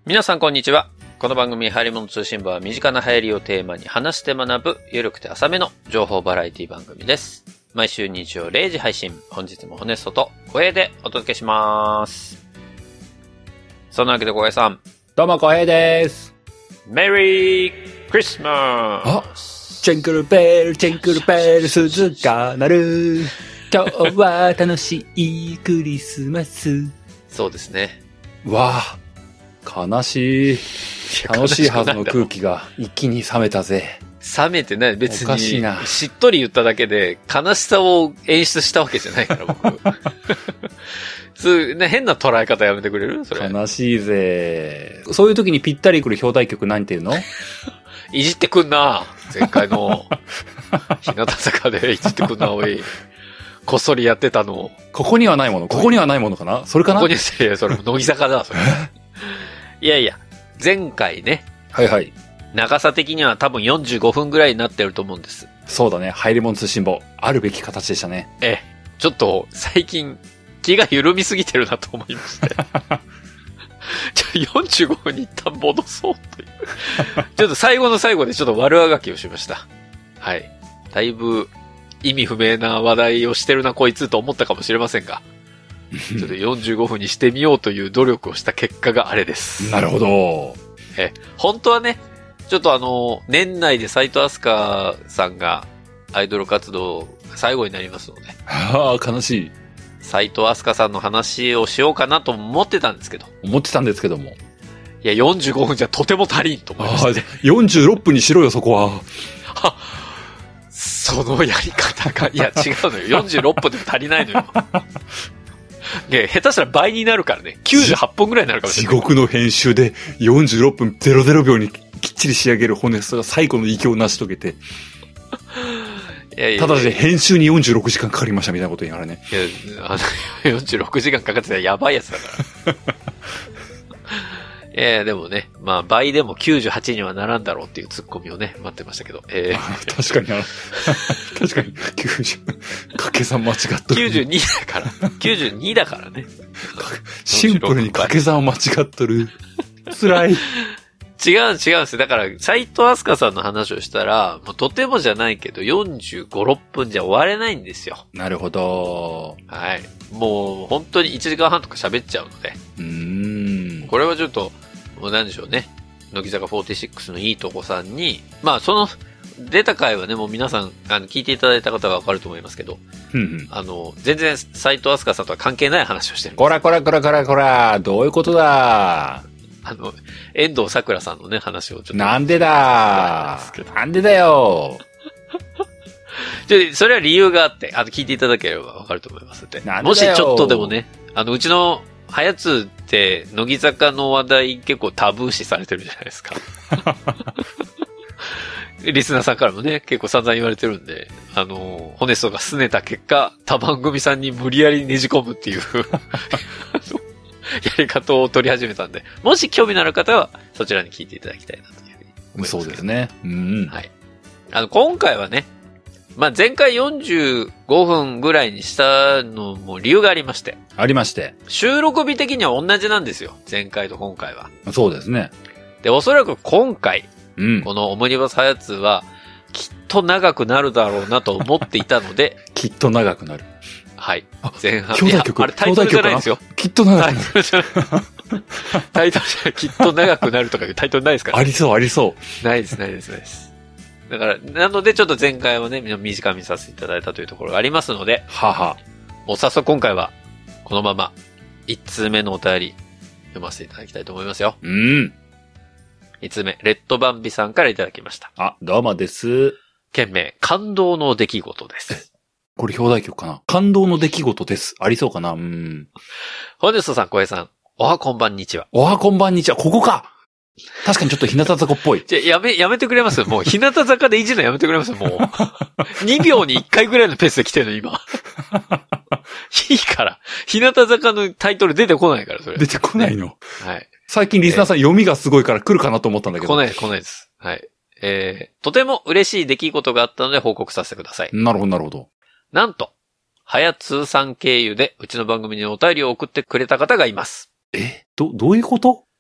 皆さんこんにちは。この番組流行り物通信部は身近な流行りをテーマに話して学ぶゆるくて浅めの情報バラエティ番組です。毎週日曜0時配信。本日もホネストと小平でお届けします。そんなわけで小平さん。 どうも小平です。 メリークリスマス。 ジェンクルベル、ジェンクルベル、鈴が鳴る。今日は楽しいクリスマス。 そうですね。 わあ。悲しい。楽しいはずの空気が一気に冷めたぜ。 冷めてない。別に。 おかしいな。 しっとり言っただけで悲しさを演出したわけじゃないから、僕。変な捉え方やめてくれる？それ。 悲しいぜ。そういう時にぴったりくる表題曲何て言うの？ いじってくんな。前回の日向坂でいじってくんな、おい。こっそりやってたの。 ここにはないもの。ここにはないものかな？それかな？ ここには、いや、それ、乃木坂だ、それ。いやいや、前回ね。 はいはい。 長さ的には多分45分ぐらいになってると思うんです。 そうだね。入り物通信簿。あるべき形でしたね。 ちょっと、最近、気が緩みすぎてるなと思いまして。45分に一旦戻そうという。ちょっと最後の最後でちょっと悪あがきをしました。はい。だいぶ、意味不明な話題をしてるなこいつと思ったかもしれませんが。ちょっと45分にしてみようという努力をした結果があれです。 なるほど。 本当はね、ちょっと年内で斉藤飛鳥さんがアイドル活動最後になりますので。 ああ、悲しい。 斉藤飛鳥さんの話をしようかなと思ってたんですけど。 思ってたんですけども。 いや、45分じゃとても足りんと思いました、ね。 46分にしろよ、そこは。 そのやり方が、いや、違うのよ。46分でも足りないのよ。下手したら倍になるからね。98分ぐらいになるかもしれない。 地獄の編集で46分00秒にきっちり仕上げるホネストが最後の偉業を成し遂げて。ただし編集に46時間かかりましたみたいなこと言いながらね。 いや、46時間かかってたらやばいやつだから。でもね、まあ倍でも98にはならんだろうっていうツッコミをね、待ってましたけど。 確かに確かに90、掛け算間違っとる。 92だから。92だからね。 シンプルに掛け算を間違っとる。辛い。 違うんです。だから、斉藤飛鳥さんの話をしたら、もうとてもじゃないけど、45、6分じゃ終われないんですよ。 なるほど。 はい。もう、本当に1時間半とか喋っちゃうので。これはちょっと、もうなんでしょうね。乃木坂46のいいとこさんに、まあ、その、出た回はね、もう皆さん、聞いていただいた方はわかると思いますけど、全然、斉藤飛鳥さんとは関係ない話をしてるんです。 こら、どういうことだ。 遠藤桜さんのね、話をちょっと。 なんでだよ。 それは理由があって、聞いていただければわかると思いますので。もしちょっとでもね、うちの、はやつって、乃木坂の話題結構タブー視されてるじゃないですか。リスナーさんからもね、結構散々言われてるんで、ホネストが拗ねた結果、他番組さんに無理やりねじ込むっていうやり方を取り始めたんで、もし興味のある方は、そちらに聞いていただきたいなというふうに思います。 そうですね。 はい。今回はね、まあ、前回45分ぐらいにしたのも理由がありまして。収録日的には同じなんですよ。前回と今回は。 そうですね。 で、おそらく今回、このオムニバスハヤツは、きっと長くなるだろうなと思っていたので。 きっと長くなる。 はい。前半。 兄弟曲。 あれタイトルじゃないですよ。 きっと長くなる。 タイトルじゃない。きっと長くなるとかいうタイトルないですから、 ね。ありそう。 ないです。だから、なのでちょっと前回はね、短めにさせていただいたというところがありますので。もう早速今回は、このまま、1通目のお便り、読ませていただきたいと思いますよ。1通目、レッドバンビさんからいただきました。 どうもです。 件名、感動の出来事です。 これ表題曲かな？感動の出来事です。ありそうかな？ホネストさん、小平さん、おはこんばんにちは。 ここか。確かにちょっと日向坂っぽい。 やめてくれますもう、日向坂でいじるのやめてくれますもう。2秒に1回ぐらいのペースで来てるの、今。いいから。日向坂のタイトル出てこないから、それ。 出てこないの、 ね、はい。 最近リスナーさん読みがすごいから来るかなと思ったんだけど。 来ないです。はい。とても嬉しい出来事があったので報告させてください。 なるほど。 なんと、はやつーさん経由で、うちの番組にお便りを送ってくれた方がいます。 どういうこと？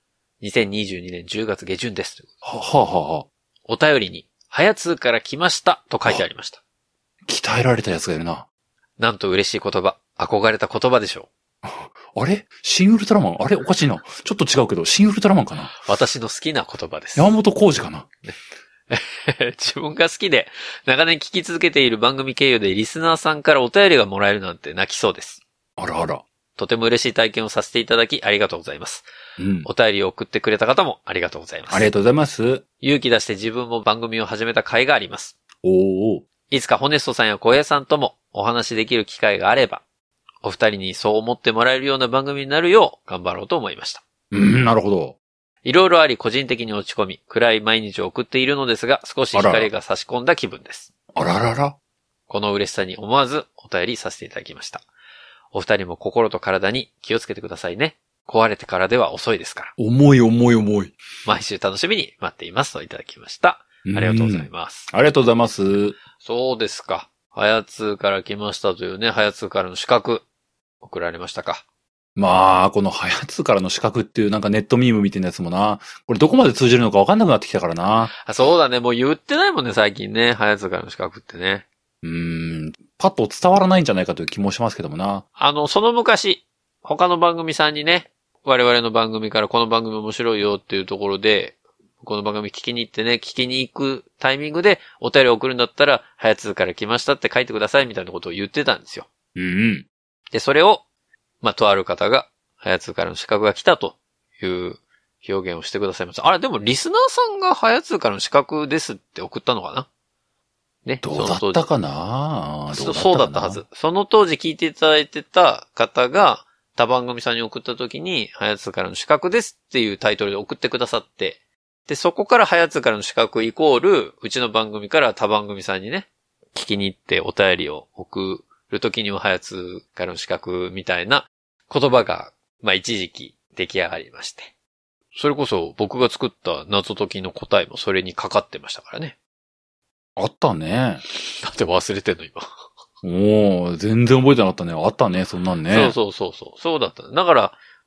2022年10月下旬です。 ははは。 お便りに、はやつーから来ましたと書いてありました。 鍛えられたやつがいるな。 なんと嬉しい言葉、憧れた言葉でしょう。あれ新ウルトラマンあれおかしいな。ちょっと違うけど、新ウルトラマンかな。 私の好きな言葉です。 山本浩二かな。 自分が好きで、長年聞き続けている番組経由でリスナーさんからお便りがもらえるなんて泣きそうです。 あらあら。 とても嬉しい体験をさせていただきありがとうございます。お便りを送ってくれた方もありがとうございます。 ありがとうございます。 勇気出して自分も番組を始めた甲斐があります。 おー。 いつかホネストさんや小平さんともお話できる機会があれば、お二人にそう思ってもらえるような番組になるよう頑張ろうと思いました。 なるほど。 いろいろあり個人的に落ち込み、暗い毎日を送っているのですが、少し光が差し込んだ気分です。 あららら。 この嬉しさに思わずお便りさせていただきました。お二人も心と体に気をつけてくださいね。壊れてからでは遅いですから。 重い。 毎週楽しみに待っていますといただきました。ありがとうございます。 ありがとうございます。 そうですか。はやつから来ましたというね、はやつからの資格、送られましたか。 まあ、このはやつからの資格っていうなんかネットミームみたいなやつもな、これどこまで通じるのか分かんなくなってきたからな。 そうだね、もう言ってないもんね、最近ね、はやつからの資格ってね。 パッと伝わらないんじゃないかという気もしますけどもな。 その昔、他の番組さんにね、我々の番組からこの番組面白いよっていうところで、この番組聞きに行ってね、聞きに行くタイミングでお便り送るんだったら、はやつから来ましたって書いてくださいみたいなことを言ってたんですよ。で、それを、とある方が、はやつからの資格が来たという表現をしてくださいました。あれ、でもリスナーさんがはやつからの資格ですって送ったのかなね。 どうだったかなそうだったはず。その当時聞いていただいてた方が、他番組さんに送った時に、はやつからの資格ですっていうタイトルで送ってくださって、で、そこからはやつからの資格イコール、うちの番組から他番組さんにね、聞きに行ってお便りを送る時にははやつからの資格みたいな言葉が、一時期出来上がりまして。それこそ僕が作った謎解きの答えもそれにかかってましたからね。 あったね。 だって忘れてんの今。 全然覚えてなかったね。あったね、そんなんね。 そうだった。だから、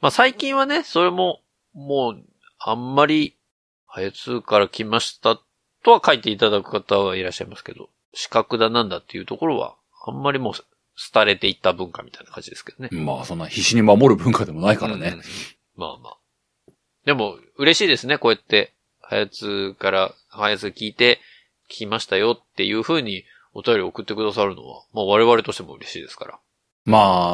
最近はね、それも、もう、あんまり、はやつから来ましたとは書いていただく方はいらっしゃいますけど、資格だなんだっていうところは、あんまりもう、廃れていった文化みたいな感じですけどね。 そんな必死に守る文化でもないからね。 でも、嬉しいですね、こうやって、はやつ聞いて、聞きましたよっていう風にお便り送ってくださるのは、我々としても嬉しいですから。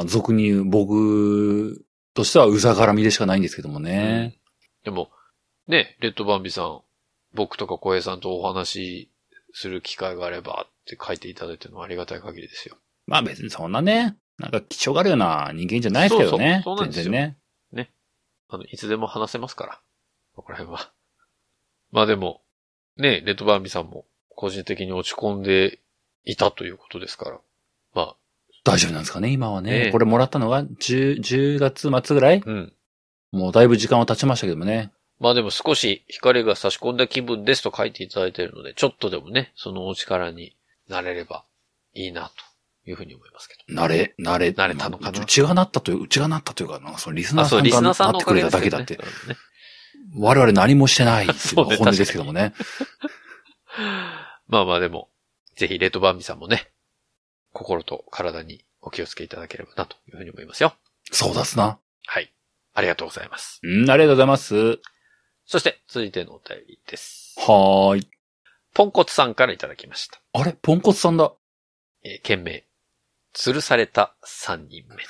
俗に言う僕としてはうざがらみでしかないんですけどもね。 でも、ね、レッドバンビさん、僕とか小平さんとお話しする機会があればって書いていただいてるのはありがたい限りですよ。 別にそんなね、なんか気性があるような人間じゃないですけどね。 そうなんですよ。全然ね。 ね。いつでも話せますから。ここら辺は。でも、ね、レッドバンビさんも個人的に落ち込んでいたということですから。 大丈夫なんですかね、今はね。これもらったのが10月末ぐらい？もうだいぶ時間は経ちましたけどもね。 でも少し光が差し込んだ気分ですと書いていただいているので、ちょっとでもね、そのお力になれればいいなというふうに思いますけど。 なれたのかな。うちがなったというか、そのリスナーさんがなってくれただけだって。我々何もしてないっていうのが本音ですけどもね。 でも、ぜひレッドバンビさんもね、心と体にお気をつけいただければなというふうに思いますよ。 そうですな。 はい。ありがとうございます。 ありがとうございます。 そして、続いてのお便りです。 はーい。 ポンコツさんからいただきました。 あれポンコツさんだ。 件名、吊るされた3人目という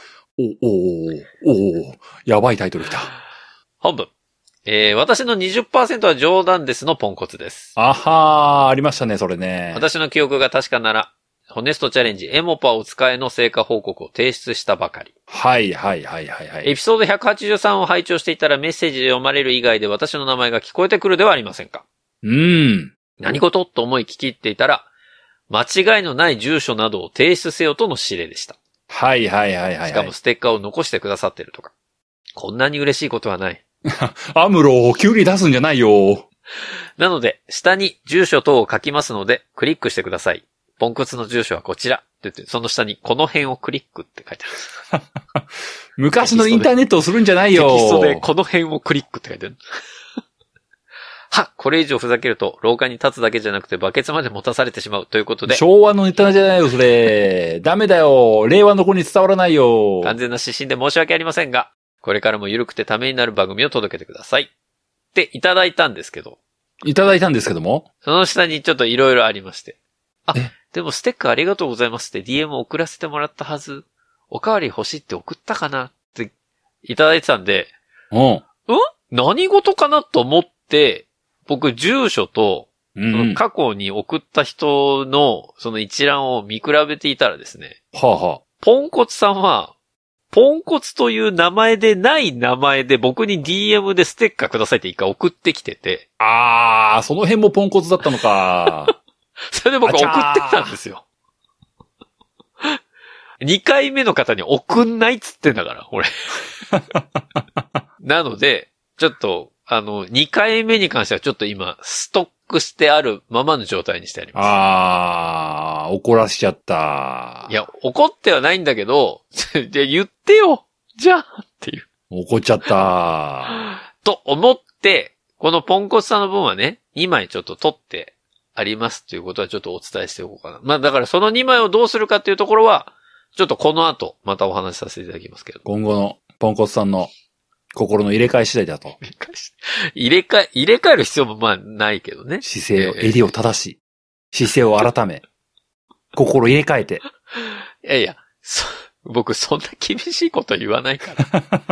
こと。やばいタイトル来た。 本文。私の 20% は冗談ですのポンコツです。 ありましたね、それね。 私の記憶が確かなら、ホネストチャレンジエモパを使えの成果報告を提出したばかり。 はい。 エピソード183を拝聴していたらメッセージで読まれる以外で私の名前が聞こえてくるではありませんか。何事と思い聞き入っていたら、間違いのない住所などを提出せよとの指令でした。 はい。 しかもステッカーを残してくださってるとか。こんなに嬉しいことはない。 アムロを急に出すんじゃないよ。 なので、下に住所等を書きますので、クリックしてください。ポンコツの住所はこちら。 出て、その下にこの辺をクリックって書いてある。 昔のインターネットをするんじゃないよ。 テキストでこの辺をクリックって書いてある。は、これ以上ふざけると廊下に立つだけじゃなくてバケツまで持たされてしまうということで。 昭和のネタじゃないよ、それ。ダメだよ。令和の子に伝わらないよ。 完全な指針で申し訳ありませんが、これからも緩くてためになる番組を届けてください。っていただいたんですけど。 いただいたんですけどもその下にちょっといろいろありまして。あ、でもステッカーありがとうございますって DM を送らせてもらったはず。おかわり欲しいって送ったかなっていただいてたんで。何事かなと思って、僕、住所と、その過去に送った人の、その一覧を見比べていたらですね。ポンコツさんは、ポンコツという名前でない名前で僕に DM でステッカーくださいって一回送ってきてて。 その辺もポンコツだったのか。 それで僕送ってきたんですよ。2回目の方に送んないっつってんだから、俺。なので、ちょっと、2回目に関してはちょっと今、ストックしてあるままの状態にしてあります。 怒らしちゃった。 いや、怒ってはないんだけど、言ってよじゃあっていう。 怒っちゃった。 と思って、このポンコツさんの分はね、2枚ちょっと取ってありますということはちょっとお伝えしておこうかな。まあだからその2枚をどうするかっていうところは、ちょっとこの後、またお話しさせていただきますけど。 今後のポンコツさんの心の入れ替え次第だと。 入れ替える必要もまあないけどね。 姿勢を、襟を正し、姿勢を改め、心入れ替えて。 いや、僕そんな厳しいこと言わないから。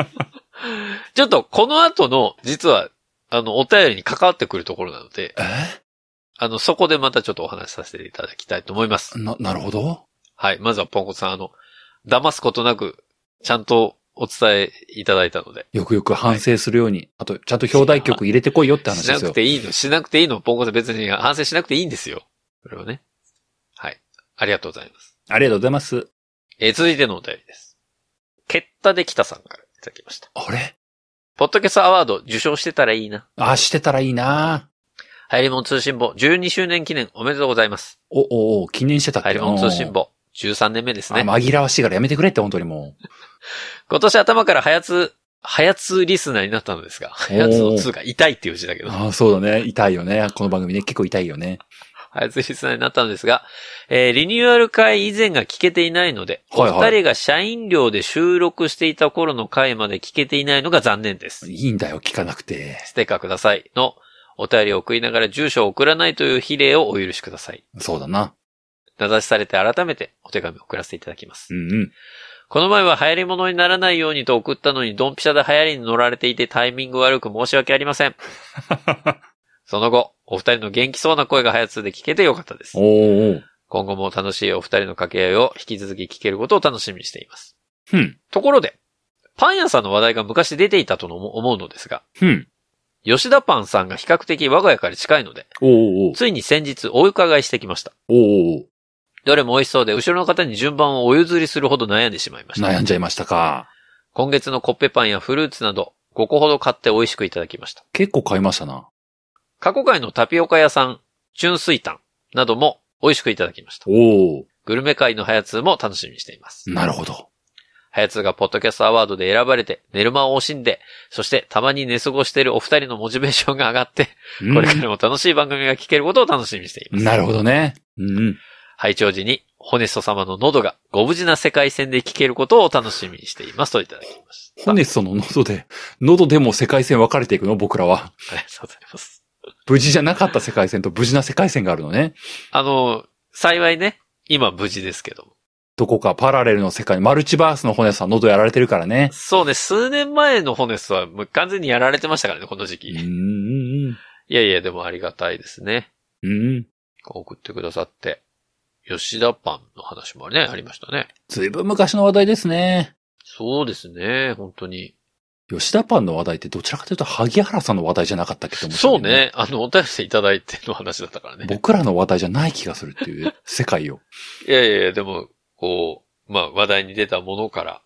ちょっとこの後の、実は、お便りに関わってくるところなので、そこでまたちょっとお話しさせていただきたいと思います。 なるほど。 はい。まずはポンコツさん、騙すことなく、ちゃんとお伝えいただいたので。 よくよく反省するように。はい、あと、ちゃんと表題曲入れてこいよって話ですよ。 しなくていいの、ポンコツ別に反省しなくていいんですよ。これはね。はい。ありがとうございます。 ありがとうございます。 続いてのお便りです。ケッタできたさんからいただきました。 あれ？ ポッドキャストアワード受賞してたらいいな。 してたらいいな。 はやりもん通信簿12周年記念おめでとうございます。 記念してたっけ？ はやりもん通信簿13年目ですね。 紛らわしいからやめてくれって本当にもう。 今年頭からはやつリスナーになったのですが、はやつの2が痛いっていう字だけど。 そうだね。痛いよね。この番組ね。結構痛いよね。 はやつリスナーになったのですが、リニューアル回以前が聞けていないので、お二人が社員寮で収録していた頃の回まで聞けていないのが残念です。 いいんだよ、聞かなくて。 ステッカーくださいのお便りを送りながら住所を送らないという非礼をお許しください。 そうだな。 名指しされて改めてお手紙を送らせていただきます。 うんうん。 この前は流行り物にならないようにと送ったのにドンピシャで流行りに乗られていてタイミング悪く申し訳ありません。その後、お二人の元気そうな声がはやつで聞けてよかったです。今後も楽しいお二人の掛け合いを引き続き聞けることを楽しみにしています。ところで、パン屋さんの話題が昔出ていたと思うのですが、吉田パンさんが比較的我が家から近いので、ついに先日お伺いしてきました。どれも美味しそうで、後ろの方に順番をお譲りするほど悩んでしまいました。 悩んじゃいましたか。 今月のコッペパンやフルーツなど、5個ほど買って美味しくいただきました。 結構買いましたな。 過去回のタピオカ屋さん、純水炭なども美味しくいただきました。グルメ界のハヤツーも楽しみにしています。 なるほど。 ハヤツーがポッドキャストアワードで選ばれて、寝る間を惜しんで、そしてたまに寝過ごしているお二人のモチベーションが上がって、これからも楽しい番組が聞けることを楽しみにしています。 なるほどね。 拝聴時に、ホネスト様の喉がご無事な世界線で聞けることを楽しみにしていますといただきました。 ホネストの喉でも世界線分かれていくの僕らは。 ありがとうございます。 無事じゃなかった世界線と無事な世界線があるのね。 幸いね、今無事ですけども。 どこかパラレルの世界、マルチバースのホネストは喉やられてるからね。 そうね、数年前のホネストはもう完全にやられてましたからね、この時期。いや、でもありがたいですね。送ってくださって。吉田パンの話もね、ありましたね。 ずいぶん昔の話題ですね。 そうですね、本当に。 吉田パンの話題ってどちらかというと萩原さんの話題じゃなかったっけと思って、 そうね、お便りいただいての話だったからね。 僕らの話題じゃない気がするっていう世界を。 いや、でも、話題に出たものから。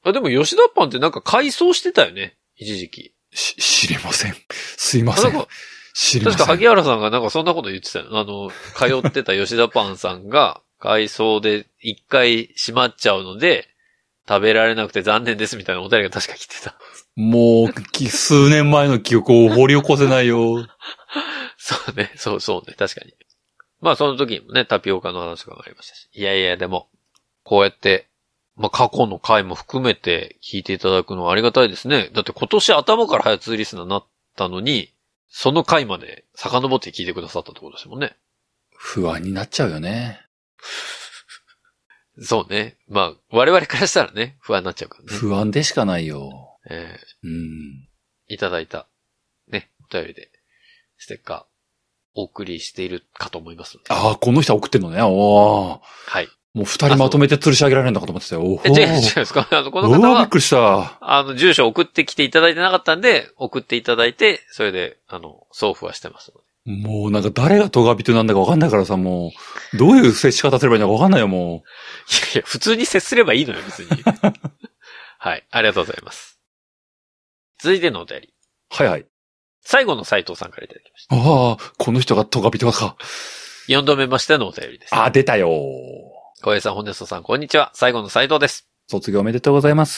でも吉田パンってなんか改装してたよね、一時期。 知りません。すいません。知りません。 確か萩原さんがなんかそんなこと言ってたよ。通ってた吉田パンさんが改装で一回閉まっちゃうので、食べられなくて残念ですみたいなお便りが確か来てた。 もう、数年前の記憶を掘り起こせないよ。 そうね、そうね、確かに。まあその時にもね、タピオカの話とかがありましたし。いや、でも、こうやって、まあ過去の回も含めて聞いていただくのはありがたいですね。だって今年頭から早通リスナーになったのに、その回まで遡って聞いてくださったってことですもんね。 不安になっちゃうよね。 そうね。まあ、我々からしたらね、不安になっちゃうからね。 不安でしかないよ。 いただいた、ね、お便りで、ステッカー、お送りしているかと思いますので。 ああ、この人は送ってんのね。おー。 はい。 もう二人まとめて吊るし上げられるのかと思ってたよ。 違うです。この方は、 びっくりした。 住所送ってきていただいてなかったんで、送っていただいて、それで、送付はしてますので。 もうなんか誰がトガビトなんだかわかんないからさ、もう、どういう接し方すればいいのかわかんないよ、もう。いや、普通に接すればいいのよ、別に。はい、ありがとうございます。続いてのお便り。 はい。 最後の斉藤さんからいただきました。 ああ、この人がトガビトか。 4度目ましてのお便りです。 あ、出たよ。 小平さん、ホネストさん、こんにちは。最後の斉藤です。 卒業おめでとうございます。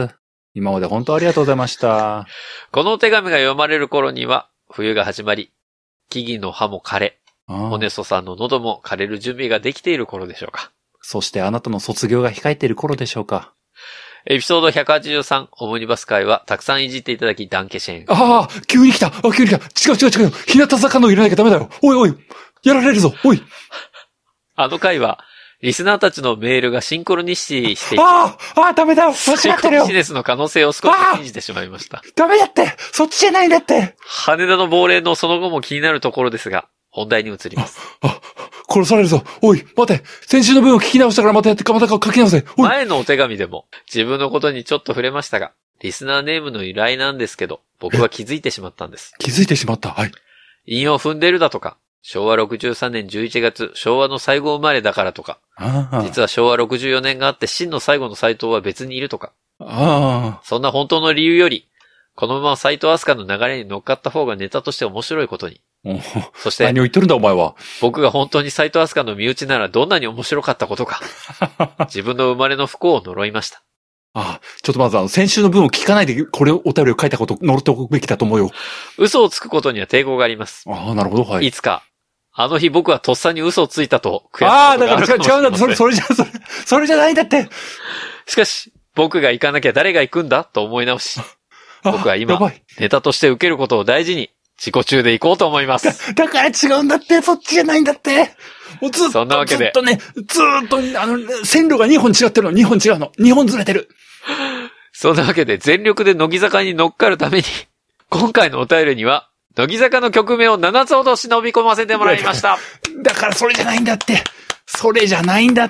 今まで本当ありがとうございました。 このお手紙が読まれる頃には、冬が始まり、木々の葉も枯れ、ホネストさんの喉も枯れる準備ができている頃でしょうか。 そしてあなたの卒業が控えている頃でしょうか。 エピソード183、オムニバス会はたくさんいじっていただき、ダンケシェーン。 ああ、急に来た。違う。日向坂の入れなきゃダメだよ。おい、やられるぞ。おい。 あの回は、リスナーたちのメールがシンクロニシティしていて。 ダメだ。間違ってるよ。 シンクロニシティの可能性を少し信じてしまいました。 ダメだって。そっちじゃないんだって。 羽田の亡霊のその後も気になるところですが、本題に移ります。 殺されるぞ。おい、待て。先週の分を聞き直したからまた書き直せ。 前のお手紙でも自分のことにちょっと触れましたが、リスナーネームの由来なんですけど、僕は気づいてしまったんです。 気づいてしまった。はい。 韻を踏んでるだとか、昭和63年11月、昭和の最後生まれだからとか、実は昭和64年があって真の最後の斉藤は別にいるとか、そんな本当の理由より、このまま斉藤飛鳥の流れに乗っかった方がネタとして面白いことに。そして、 何を言ってるんだお前は。 僕が本当に斉藤飛鳥の身内ならどんなに面白かったことか。自分の生まれの不幸を呪いました。 ちょっとまず先週の文を聞かないでこれお便りを書いたこと呪っておくべきだと思うよ。 嘘をつくことには抵抗があります。 なるほど、はい。 いつか、あの日僕はとっさに嘘をついたと悔しいことがあるかもしれない。だから違うんだ。それじゃないんだって。 しかし、僕が行かなきゃ誰が行くんだと思い直し、僕は今、ネタとして受けることを大事に、自己中で行こうと思います。 だから違うんだって、そっちじゃないんだって。もうずっと、 そんなわけで。 ずっと線路が2本違ってるの、2本違うの、2本ずれてる。 そんなわけで、全力で乃木坂に乗っかるために、今回のお便りには、乃木坂の曲名を7つほど忍び込ませてもらいました。 だからそれじゃないんだって。それじゃないんだって。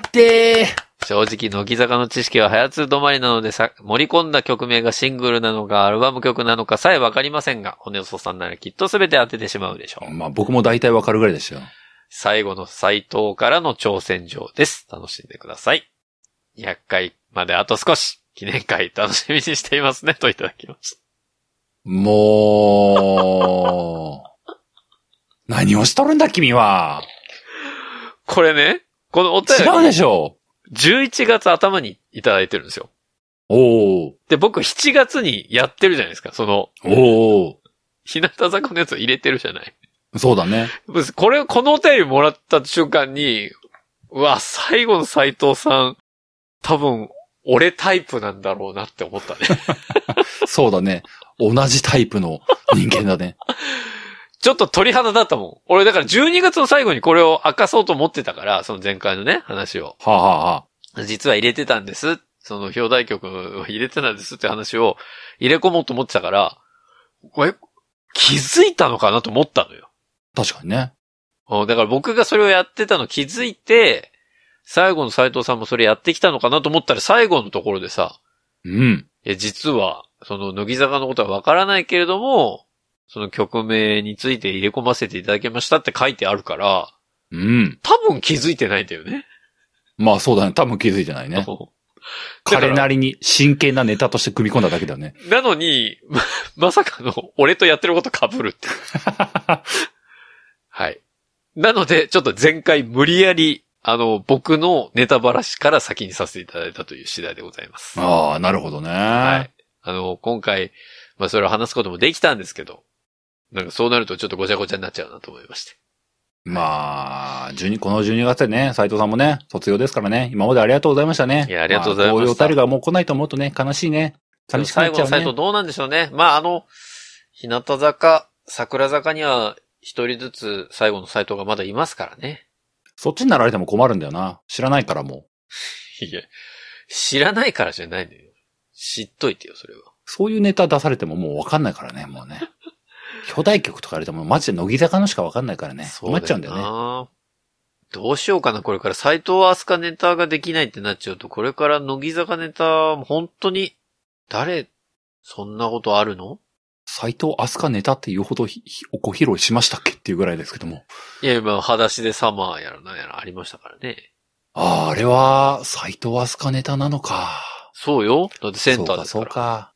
正直、乃木坂の知識は早通止まりなので盛り込んだ曲名がシングルなのかアルバム曲なのかさえわかりませんが、骨細さんならきっと全て当ててしまうでしょう。 まあ僕も大体わかるぐらいですよ。 最後の斉藤からの挑戦状です。楽しんでください。200回まであと少し、記念会楽しみにしていますね、といただきました。 もう、何をしとるんだ君は。 これね、このお便り。 違うでしょ。 11月頭にいただいてるんですよ。で、僕7月にやってるじゃないですか、日向坂のやつを入れてるじゃない。 そうだね。 このお便りもらった瞬間に、うわ、最後の斉藤さん、多分、俺タイプなんだろうなって思ったね。 そうだね。同じタイプの人間だね。 ちょっと鳥肌だったもん。俺だから12月の最後にこれを明かそうと思ってたから、その前回のね、話を。実は入れてたんです。その表題曲を入れてたんですって話を入れ込もうと思ってたから、気づいたのかなと思ったのよ。 確かにね。 だから僕がそれをやってたの気づいて、最後の斉藤さんもそれやってきたのかなと思ったら最後のところでさ、実は、その乃木坂のことはわからないけれども、その曲名について入れ込ませていただきましたって書いてあるから、多分気づいてないんだよね。 まあそうだね。多分気づいてないね。彼なりに真剣なネタとして組み込んだだけだね。 なのに、まさかの俺とやってること被るって。はい。なので、ちょっと前回無理やり僕のネタばらしから先にさせていただいたという次第でございます。 ああ、なるほどね。はい。今回、まあそれを話すこともできたんですけど、なんかそうなるとちょっとごちゃごちゃになっちゃうなと思いまして。 まあ、この12月でね、斉藤さんもね、卒業ですからね、今までありがとうございましたね。 いや、ありがとうございました。こういうお便りがもう来ないと思うとね、悲しいね。寂しくなっちゃうね。 最後の斉藤どうなんでしょうね。まあ日向坂、桜坂には一人ずつ最後の斉藤がまだいますからね。 そっちになられても困るんだよな。知らないからもう。いや、知らないからじゃないのよ。知っといてよ、それは。 そういうネタ出されてももうわかんないからね、もうね。巨大曲とか言われてもマジで乃木坂のしかわかんないからね。困っちゃうんだよね。 どうしようかな、これから斉藤飛鳥ネタができないってなっちゃうと、これから乃木坂ネタ、本当に、そんなことあるの？ 斉藤飛鳥ネタっていうほどご披露しましたっけっていうぐらいですけども。 いや、今、裸足でサマーやらなんやらありましたからね。 あれは、斉藤飛鳥ネタなのか。 そうよ。だってセンターですから。 そうか。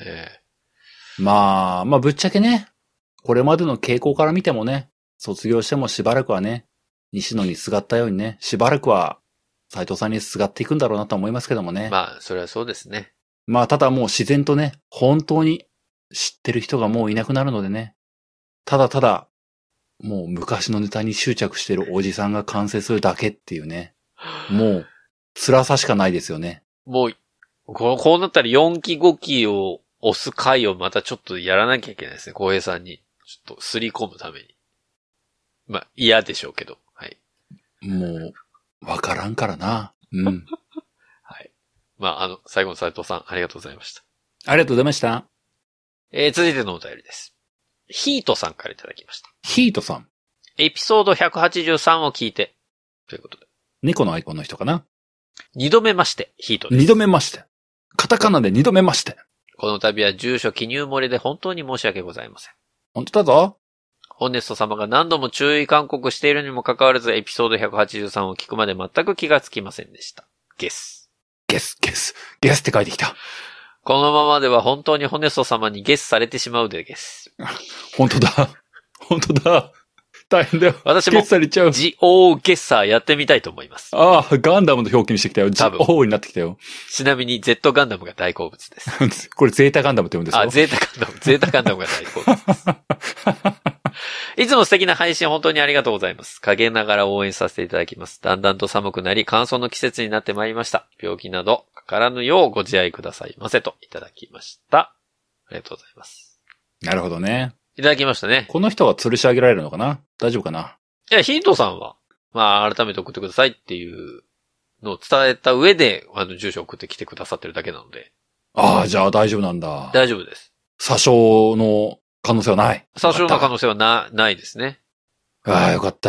まあ、ぶっちゃけね、これまでの傾向から見てもね、卒業してもしばらくはね、西野にすがったようにね、しばらくは斉藤さんにすがっていくんだろうなと思いますけどもね。 まあ、それはそうですね。 まあ、ただもう自然とね、本当に知ってる人がもういなくなるのでね、ただただ、もう昔のネタに執着してるおじさんが完成するだけっていうね、もう辛さしかないですよね。 もう、こうなったら4期5期を押す回をまたちょっとやらなきゃいけないですね、浩平さんに。ちょっとすり込むために。まあ、嫌でしょうけど。はい。 もう、わからんからな。うん。 はい。まあ、最後の斉藤さん、ありがとうございました。 ありがとうございました。 続いてのお便りです。ヒートさんからいただきました。 ヒートさん。 エピソード183を聞いて、ということで。 猫のアイコンの人かな。 二度目まして、ヒートです。 二度目まして。カタカナで二度目まして。 この度は住所記入漏れで本当に申し訳ございません。 本当だぞ。 ホネスト様が何度も注意勧告しているにもかかわらずエピソード183を聞くまで全く気がつきませんでした。ゲスって書いてきた。 このままでは本当にホネスト様にゲスされてしまうでゲス。 本当だ。大変だよ。 私も、ジオーゲッサーやってみたいと思います。 ああ、ガンダムの表記にしてきたよ。ジオーになってきたよ。 ちなみに Z ガンダムが大好物です。 これゼータガンダムって言うんですよ。 ゼータガンダムが大好物です。いつも素敵な配信本当にありがとうございます。陰ながら応援させていただきます。だんだんと寒くなり乾燥の季節になってまいりました。病気などかからぬようご自愛くださいませといただきました。ありがとうございます。 なるほどね。 いただきましたね。 この人は吊るし上げられるのかな？大丈夫かな？ いや、ヒートさんは、まあ、改めて送ってくださいっていうのを伝えた上で、住所送ってきてくださってるだけなので。 ああ、じゃあ大丈夫なんだ。 大丈夫です。 詐称の可能性はない。 詐称の可能性はないですね。 ああ、よかった。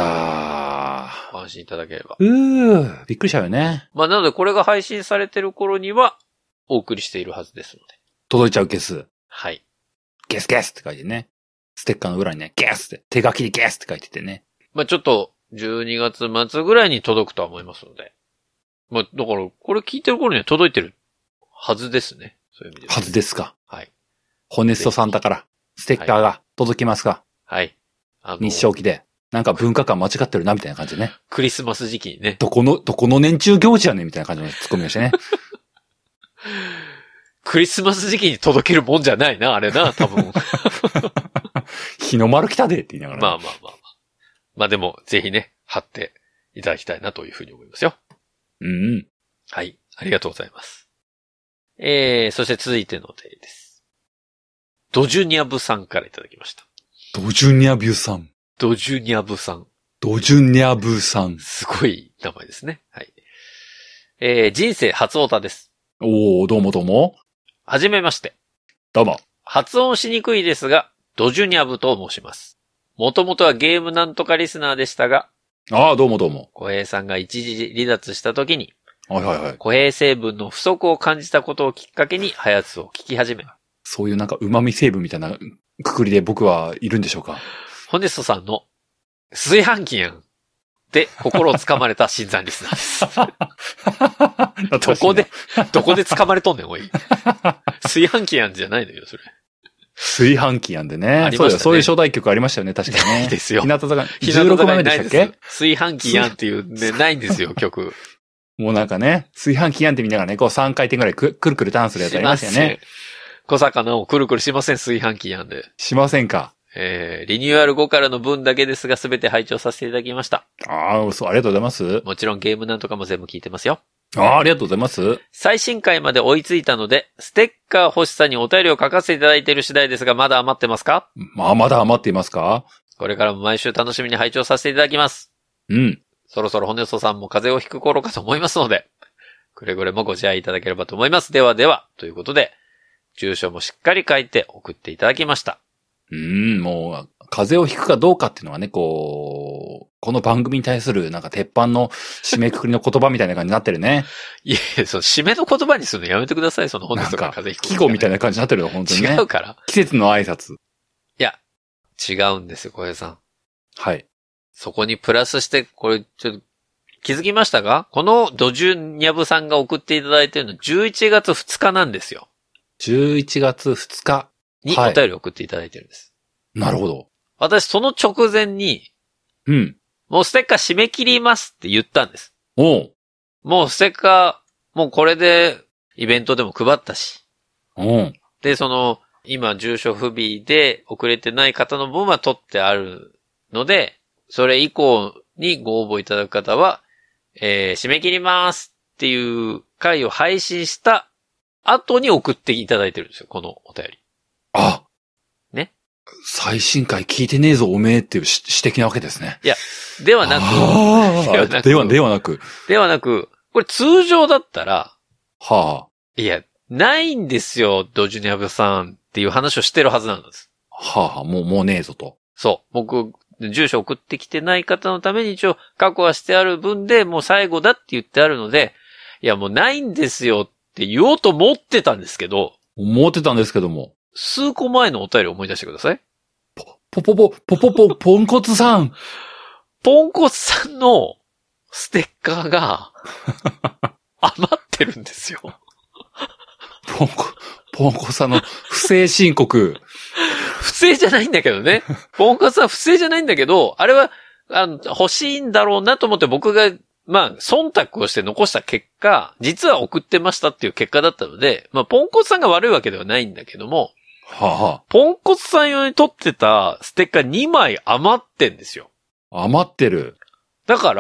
安心いただければ。 びっくりしたよね。 まあ、なのでこれが配信されてる頃には、お送りしているはずですので。 届いちゃうゲス。 はい。 ゲスって書いてね。ステッカーの裏にね、ゲスって、手書きでゲスって書いててね。 まあちょっと、12月末ぐらいに届くとは思いますので。まあだから、これ聞いてる頃には届いてるはずですね。そういう意味で。 はずですか。 はい。 ホネストサンタから、ステッカーが届きますか。 はい。 日照期で。なんか文化館間違ってるな、みたいな感じでね。 クリスマス時期にね。 どこの年中行事やねん、みたいな感じのツッコミをしてね。 クリスマス時期に届けるもんじゃないな、あれな、多分。 日の丸来たでって言いながら、 ね。まあでも、ぜひね、貼っていただきたいなというふうに思いますよ。 うん。 はい。ありがとうございます。そして続いてのお便りです。ドジュニャブさんからいただきました。 ドジュニャブさん。 ドジュニャブさん。 ドジュニャブさん。 すごい名前ですね。はい。人生初オタです。 おー、どうもどうも。 はじめまして。 どうも。 発音しにくいですが、ドジュニャブと申します。もともとはゲームなんとかリスナーでしたが、 ああ、どうもどうも。 小平さんが一時離脱した時に、 はいはいはい。 小平成分の不足を感じたことをきっかけに、ハヤツを聞き始め。 そういうなんか旨味成分みたいなくくりで僕はいるんでしょうか。 ホネストさんの、炊飯器やん。で、心をつかまれた新参リスナーです。どこで掴まれとんねん、おい。炊飯器やんじゃないのよ、それ。 炊飯器やんでね。 ありましたね。 そういう初代曲ありましたよね、確かにね。 ないですよ。 日向坂、16枚目でしたっけ？ 炊飯器やんっていうね、ないんですよ、曲。 もうなんかね、炊飯器やんって見ながらね、こう3回転ぐらいくるくるターンするやつありましたよね。 小魚をくるくるしません、炊飯器やんで。 しませんか。 リニューアル後からの分だけですが、すべて拝聴させていただきました。 ああ、そう、ありがとうございます。 もちろんゲームなんとかも全部聞いてますよ。 ありがとうございます。 最新回まで追いついたので、ステッカー欲しさにお便りを書かせていただいている次第ですが、まだ余ってますか？ まだ余っていますか？ これからも毎週楽しみに拝聴させていただきます。 うん。 そろそろ骨粗さんも風邪をひく頃かと思いますので、くれぐれもご自愛いただければと思います。ではでは、ということで、住所もしっかり書いて送っていただきました。 もう、風邪をひくかどうかっていうのはね、この番組に対するなんか鉄板の締めくくりの言葉みたいな感じになってるね。 いえ、その締めの言葉にするのやめてください、その本日とか風邪ひく。 季語みたいな感じになってるの、本当にね。 違うから。 季節の挨拶。 いや、違うんですよ、小平さん。 はい。 そこにプラスして、これ、ちょっと、気づきましたか？このドジュニャブさんが送っていただいているの11月2日なんですよ。 11月2日。 にお便り送っていただいてるんです。 なるほど。 私、その直前に、もうステッカー締め切りますって言ったんです。もうステッカー、もうこれでイベントでも配ったし。で、今住所不備で遅れてない方の分は取ってあるので、それ以降にご応募いただく方は、締め切りますっていう回を配信した後に送っていただいてるんですよ、このお便り。ね。 最新回聞いてねえぞおめえっていう指摘なわけですね。 いや、ではなく、これ通常だったら、いや、ないんですよ、ドジュニャブさんっていう話をしてるはずなんです。 もうねえぞと。 そう。僕、住所送ってきてない方のために一応確保はしてある分でもう最後だって言ってあるので、いやもうないんですよって言おうと思ってたんですけど。 も。 数個前のお便りを思い出してください。 ポンコツさん。 ポンコツさんのステッカーが余ってるんですよ。 ポンコツさんの不正申告。 不正じゃないんだけどね。ポンコツさん不正じゃないんだけど、あれは、欲しいんだろうなと思って僕が、忖度をして残した結果、実は送ってましたっていう結果だったので、ポンコツさんが悪いわけではないんだけども、ポンコツさん用に取ってたステッカー2枚余ってんですよ。 余ってる。 だから、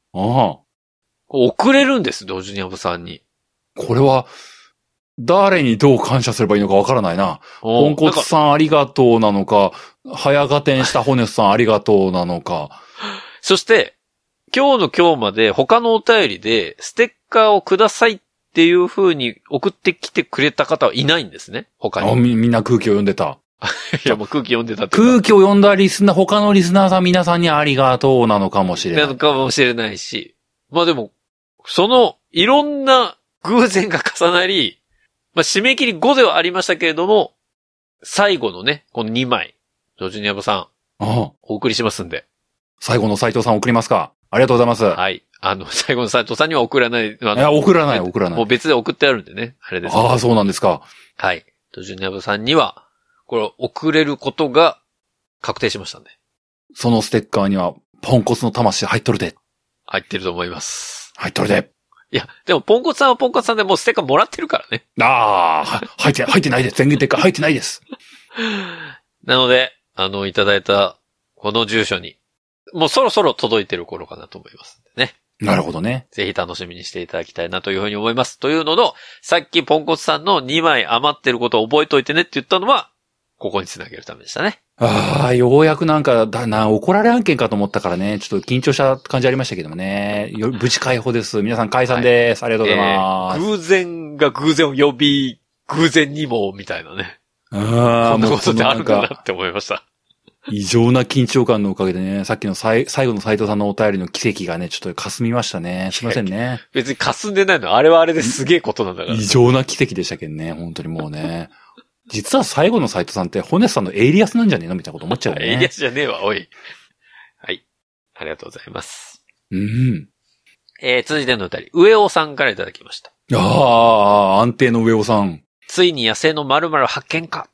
送れるんです、ドジュニャブさんに。 これは、誰にどう感謝すればいいのかわからないな。ポンコツさんありがとうなのか、早合点したホネスさんありがとうなのか。 そして、今日まで他のお便りでステッカーをくださいっていう風に送ってきてくれた方はいないんですね。他に。 みんな空気を読んでた。 いやもう空気読んでたって空気を読んだ他のリスナーさん皆さんにありがとうなのかもしれない。 なのかもしれないし。でも、いろんな偶然が重なり、締め切り5ではありましたけれども、最後のね、この2枚、ドジュニャブさん、お送りしますんで。 最後の斉藤さん送りますか？ありがとうございます。 はい。最後の斉藤さんには送らない。 いや、送らない。 もう別で送ってあるんでね。あれです、 ね。そうなんですか。 はい。ドジュニャブさんには、これ送れることが確定しましたんで。 そのステッカーには、ポンコツの魂入っとるで。 入ってると思います。 入っとるで。 いや、でもポンコツさんはポンコツさんでもうステッカーもらってるからね。 入ってないです。全言撤回入ってないです。 なので、いただいた、この住所に、もうそろそろ届いてる頃かなと思いますんでね。 なるほどね。 ぜひ楽しみにしていただきたいなというふうに思います。というのの、さっきポンコツさんの2枚余ってることを覚えといてねって言ったのは、ここにつなげるためでしたね。 ようやく怒られ案件かと思ったからね、ちょっと緊張した感じありましたけどもね。無事解放です。皆さん解散です。ありがとうございます。 偶然が偶然を呼び、偶然にも、みたいなね。こんなことってあるんだなって思いました。 異常な緊張感のおかげでね、さっきの最後の斉藤さんのお便りの奇跡がね、ちょっと霞みましたね。すいませんね。 別に霞んでないの。あれはあれですげえことなんだから。 異常な奇跡でしたけどね、本当にもうね。実は最後の斉藤さんって、ホネスさんのエイリアスなんじゃねえのみたいなこと思っちゃうね。 エイリアスじゃねえわ、おい。はい。ありがとうございます。続いてのお便り、上尾さんからいただきました。 安定の上尾さん。 ついに野生の〇〇発見か。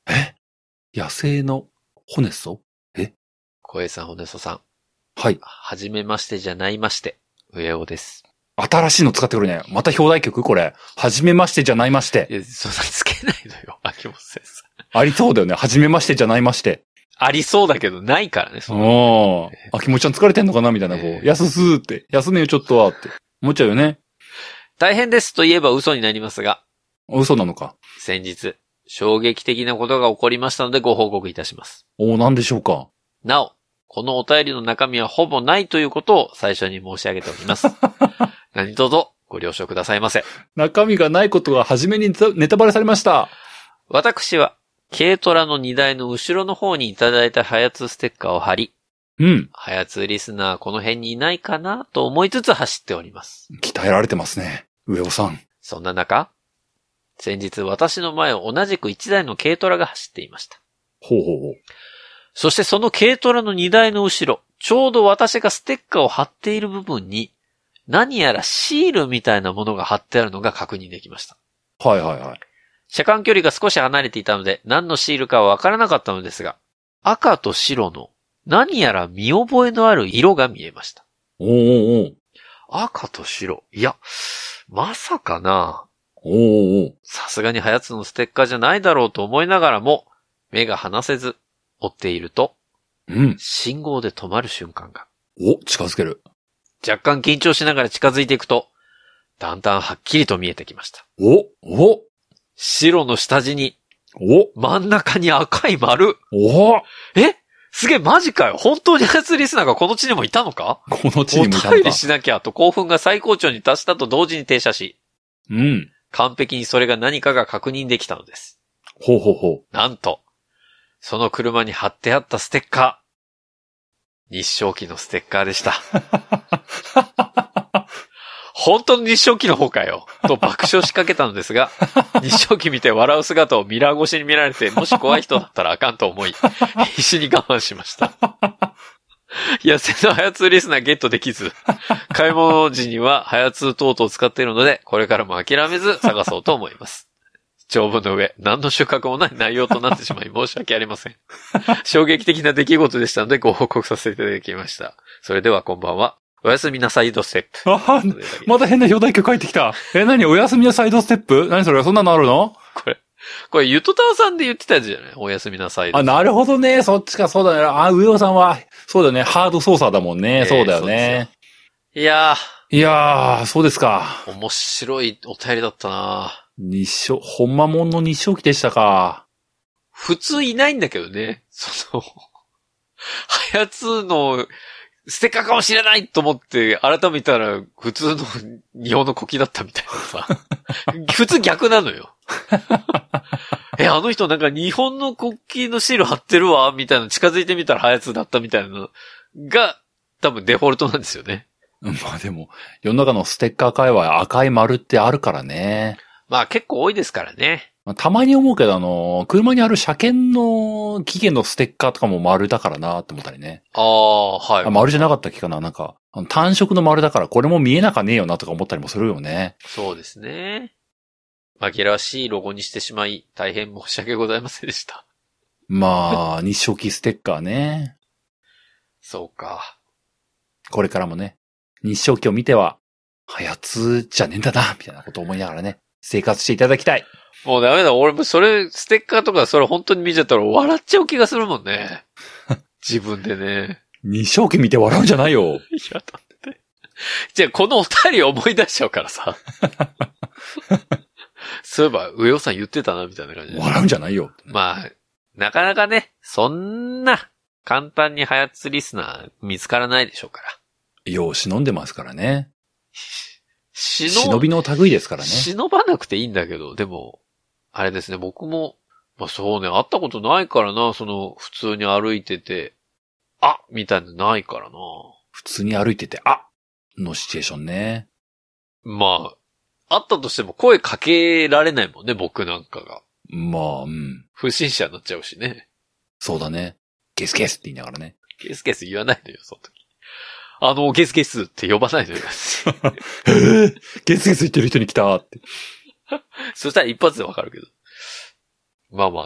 野生のホネソ？ 小江さん、ホネソさん。 はい。 はじめましてじゃないまして、上尾です。 新しいの使ってくるね。また表題曲これ。はじめましてじゃないまして。 いや、そんなつけないのよ、秋元先生。 ありそうだよね。はじめましてじゃないまして。 ありそうだけど、ないからね、 秋元ちゃん疲れてんのかなみたいな、休すーって。休めよちょっとはって。思っちゃうよね。 大変ですと言えば嘘になりますが。 嘘なのか。 先日、衝撃的なことが起こりましたのでご報告いたします。 何でしょうか。 なお、このお便りの中身はほぼないということを最初に申し上げております。何卒ご了承くださいませ。 中身がないことが初めにネタバレされました。 私は、軽トラの荷台の後ろの方にいただいたハヤツステッカーを貼り、ハヤツリスナーこの辺にいないかなと思いつつ走っております。 鍛えられてますね、上尾さん。 そんな中、先日私の前を同じく1台の軽トラが走っていました。 ほう。 そしてその軽トラの荷台の後ろ、ちょうど私がステッカーを貼っている部分に、何やらシールみたいなものが貼ってあるのが確認できました。 はい。 車間距離が少し離れていたので、何のシールかはわからなかったのですが、赤と白の何やら見覚えのある色が見えました。赤と白。いや、まさかな。さすがにハヤツのステッカーじゃないだろうと思いながらも、目が離せず、追っていると、信号で止まる瞬間が。 近づける。 若干緊張しながら近づいていくと、だんだんはっきりと見えてきました。白の下地に、真ん中に赤い丸。すげえマジかよ。本当にハヤツリスナーがこの地にもいたのか？ この地にもいたのか。 お便りしなきゃと興奮が最高潮に達したと同時に停車し、完璧にそれが何かが確認できたのです。なんと、その車に貼ってあったステッカー。日照機のステッカーでした。本当の日照機の方かよ。と爆笑しかけたのですが、日照機見て笑う姿をミラー越しに見られて、もし怖い人だったらあかんと思い、必死に我慢しました。野生のハヤツーリスナーゲットできず、買い物時にはハヤツー等々を使っているので、これからも諦めず探そうと思います。長文の上、何の収穫もない内容となってしまい申し訳ありません。衝撃的な出来事でしたのでご報告させていただきました。それではこんばんは。おやすみなサイドステップ。 また変な表題曲書いてきた。何おやすみなサイドステップ？何それそんなのあるの？ これゆとたわさんで言ってたやつじゃない？おやすみなサイド。 なるほどね。そっちか、そうだね。上尾さんは、そうだよね。ハード操作だもんね。そうだよね。 いやー、そうですか。 面白いお便りだったな。 ほんまもんの日照機でしたか。 普通いないんだけどね。ハヤツのステッカーかもしれないと思って改めたら普通の日本の国旗だったみたいなさ。普通逆なのよ。あの人なんか日本の国旗のシール貼ってるわみたいな近づいてみたらハヤツだったみたいなのが多分デフォルトなんですよね。 まあでも世の中のステッカー界隈赤い丸ってあるからね。 まあ結構多いですからね。 たまに思うけど車にある車検の期限のステッカーとかも丸だからなって思ったりね。 はい。 丸じゃなかったっけかななんか、単色の丸だからこれも見えなかねえよなとか思ったりもするよね。 そうですね。紛らわしいロゴにしてしまい、大変申し訳ございませんでした。 まあ、日照機ステッカーね。 そうか。 これからもね、日照機を見ては、ハヤツじゃねえんだな、みたいなことを思いながらね、生活していただきたい。 もうダメだ。俺もそれ、ステッカーとかそれ本当に見ちゃったら笑っちゃう気がするもんね。自分でね。 日照機見て笑うんじゃないよ。 いや、だって。じゃあこのお便り思い出しちゃうからさ。そういえば、上尾さん言ってたな、みたいな感じで。 笑うんじゃないよ。 まあ、なかなかね、そんな、簡単にハヤツリスナー見つからないでしょうから。 よう忍んでますからね。 忍びの類ですからね。 忍ばなくていいんだけど、でも、あれですね、僕も、まあそうね、会ったことないからな、普通に歩いてて、みたいなのないからな。 普通に歩いてて、のシチュエーションね。 まあ、あったとしても声かけられないもんね、僕なんかが。 まあ、 不審者になっちゃうしね。 そうだね。ゲスゲスって言いながらね。 ゲスゲス言わないのよ、その時。ゲスゲスって呼ばないのよ。 ゲスゲス言ってる人に来たって。 そしたら一発でわかるけど。まあまあでも。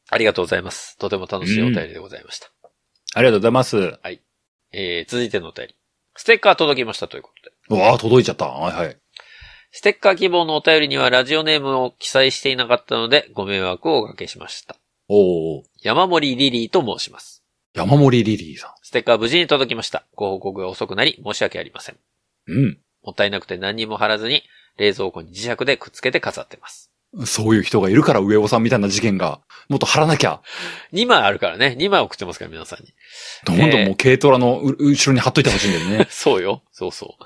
ありがとうございます。とても楽しいお便りでございました。 ありがとうございます。 はい。続いてのお便り。ステッカー届きましたということで。うわぁ、届いちゃった。はいはい。 ステッカー希望のお便りにはラジオネームを記載していなかったので、ご迷惑をおかけしました。 おー。 山森リリーと申します。 山森リリーさん。 ステッカー無事に届きました。ご報告が遅くなり申し訳ありません。 うん。 もったいなくて何にも貼らずに、冷蔵庫に磁石でくっつけて飾ってます。 そういう人がいるから上尾さんみたいな事件が、もっと貼らなきゃ。 2枚あるからね。2枚送ってますから皆さんに。 どんどんもう軽トラの後ろに貼っといてほしいんだよね。 そうよ。そうそう。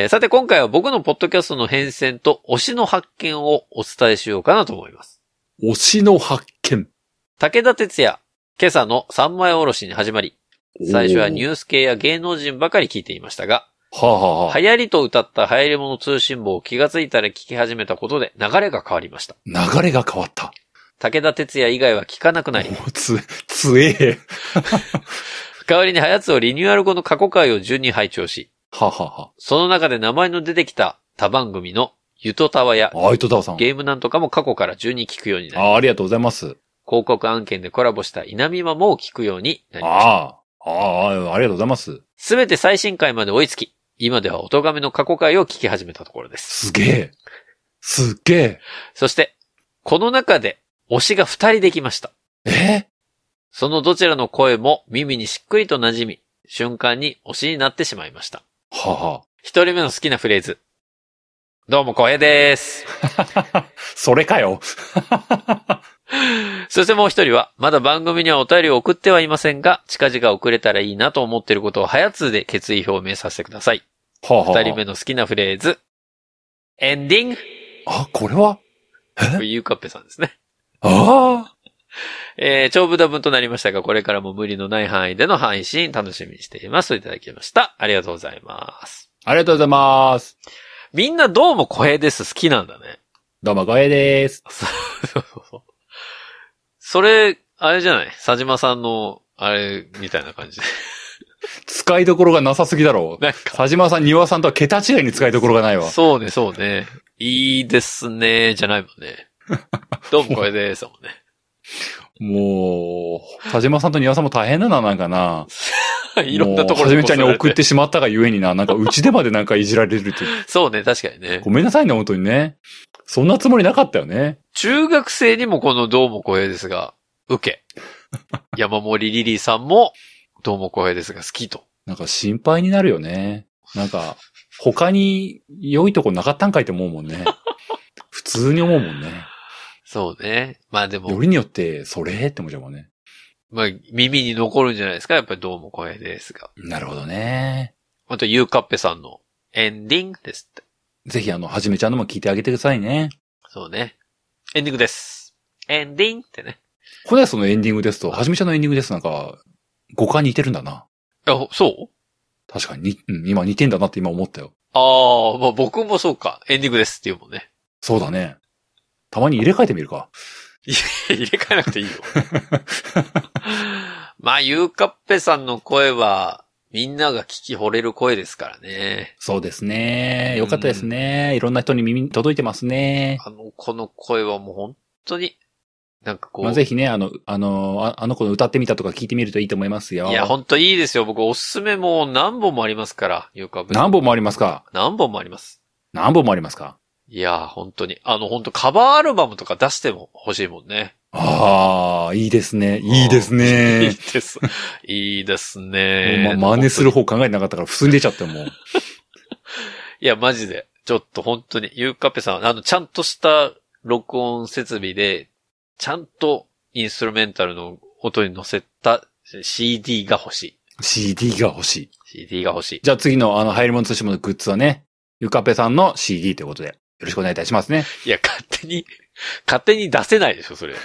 さて今回は僕のポッドキャストの変遷と推しの発見をお伝えしようかなと思います。 推しの発見。 武田鉄矢、今朝の三枚おろしに始まり、最初はニュース系や芸能人ばかり聞いていましたが、 はあはあ、 流行りと歌った流行り物通信簿を気がついたら聞き始めたことで流れが変わりました。 流れが変わった。 武田鉄矢以外は聞かなくなり。 つええ。 代わりにハヤツをリニューアル後の過去回を順に拝聴し、 ははは。 その中で名前の出てきた他番組のゆとたわや、 ゆとたわさん。 ゲームなんとかも過去から順に聞くようになり。 ありがとうございます。 広告案件でコラボした稲見マも聞くようになりました。 ありがとうございます。 すべて最新回まで追いつき、今では音亀の過去回を聞き始めたところです。 すげえ。 そして、この中で推しが2人できました。そのどちらの声も耳にしっくりと馴染み、瞬間に推しになってしまいました。 はは。 1人目の好きなフレーズ。どうも、小平です。 それかよ。 そしてもう一人は、まだ番組にはお便りを送ってはいませんが、近々送れたらいいなと思っていることを早通で決意表明させてください。二人目の好きなフレーズ。エンディング。 これはゆうかっぺさんですね。 長文多文となりましたが、これからも無理のない範囲での配信楽しみにしていますといただきました。ありがとうございます。 ありがとうございます。 みんなどうも小平です好きなんだね。 どうも小平です。 そうそれ、あれじゃない佐島さんの、あれ、みたいな感じで。 使いどころがなさすぎだろう。佐島さん、庭さんとは桁違いに使いどころがないわ。 そうね。いいですね、じゃないもんね。どうもこれですもんね。 もう、佐島さんと庭さんも大変だな、なんかな。 いろんなところで。はじめちゃんに送ってしまったがゆえにな、なんかうちでまでなんかいじられるって。 そうね、確かにね。 ごめんなさいね、本当にね。そんなつもりなかったよね。 中学生にもこのどうも小平ですが、受け。山森リリーさんも、どうも小平ですが好きと。 なんか心配になるよね。なんか、他に良いとこなかったんかいって思うもんね。普通に思うもんね。 そうね。まあでも。 よりによって、それって思っちゃうもんね。 まあ、耳に残るんじゃないですかやっぱりどうも小平ですが。 なるほどね。 あと、ゆうかっぺさんのエンディングですって。 ぜひはじめちゃんのも聞いてあげてくださいね。 そうね。エンディングです。エンディングってね。 これはそのエンディングですと、はじめちゃんのエンディングですなんか、語感似てるんだな。 そう確かに今似てんだなって今思ったよ。 まあ僕もそうか。エンディングですって言うもんね。 そうだね。たまに入れ替えてみるか。 入れ替えなくていいよ。まあ、ゆうかっぺさんの声は、みんなが聞き惚れる声ですからね。 そうですね。よかったですね。いろんな人に耳に届いてますね。 この声はもう本当に、なんかこう。 まあ、ぜひね、あの子の歌ってみたとか聞いてみるといいと思いますよ。 いや、本当いいですよ。僕おすすめも何本もありますから、ゆうかっぺさん。 何本もありますか？ 何本もあります。 何本もありますか？ いや、本当に。本当カバーアルバムとか出しても欲しいもんね。 いいですね。いいですね。 いいです。いいですね。 真似する方考えてなかったから普通に出ちゃってもう。 いや、マジで。ちょっと本当に、ゆうかっぺさん、ちゃんとした録音設備で、ちゃんとインストゥルメンタルの音に乗せた CD が欲しい。 CD が欲しい。 CD が欲しい。 じゃあ次の流行り物通信簿のグッズはね、ゆかっぺさんの CD ということで、よろしくお願いいたしますね。 いや、勝手に出せないでしょ、それ。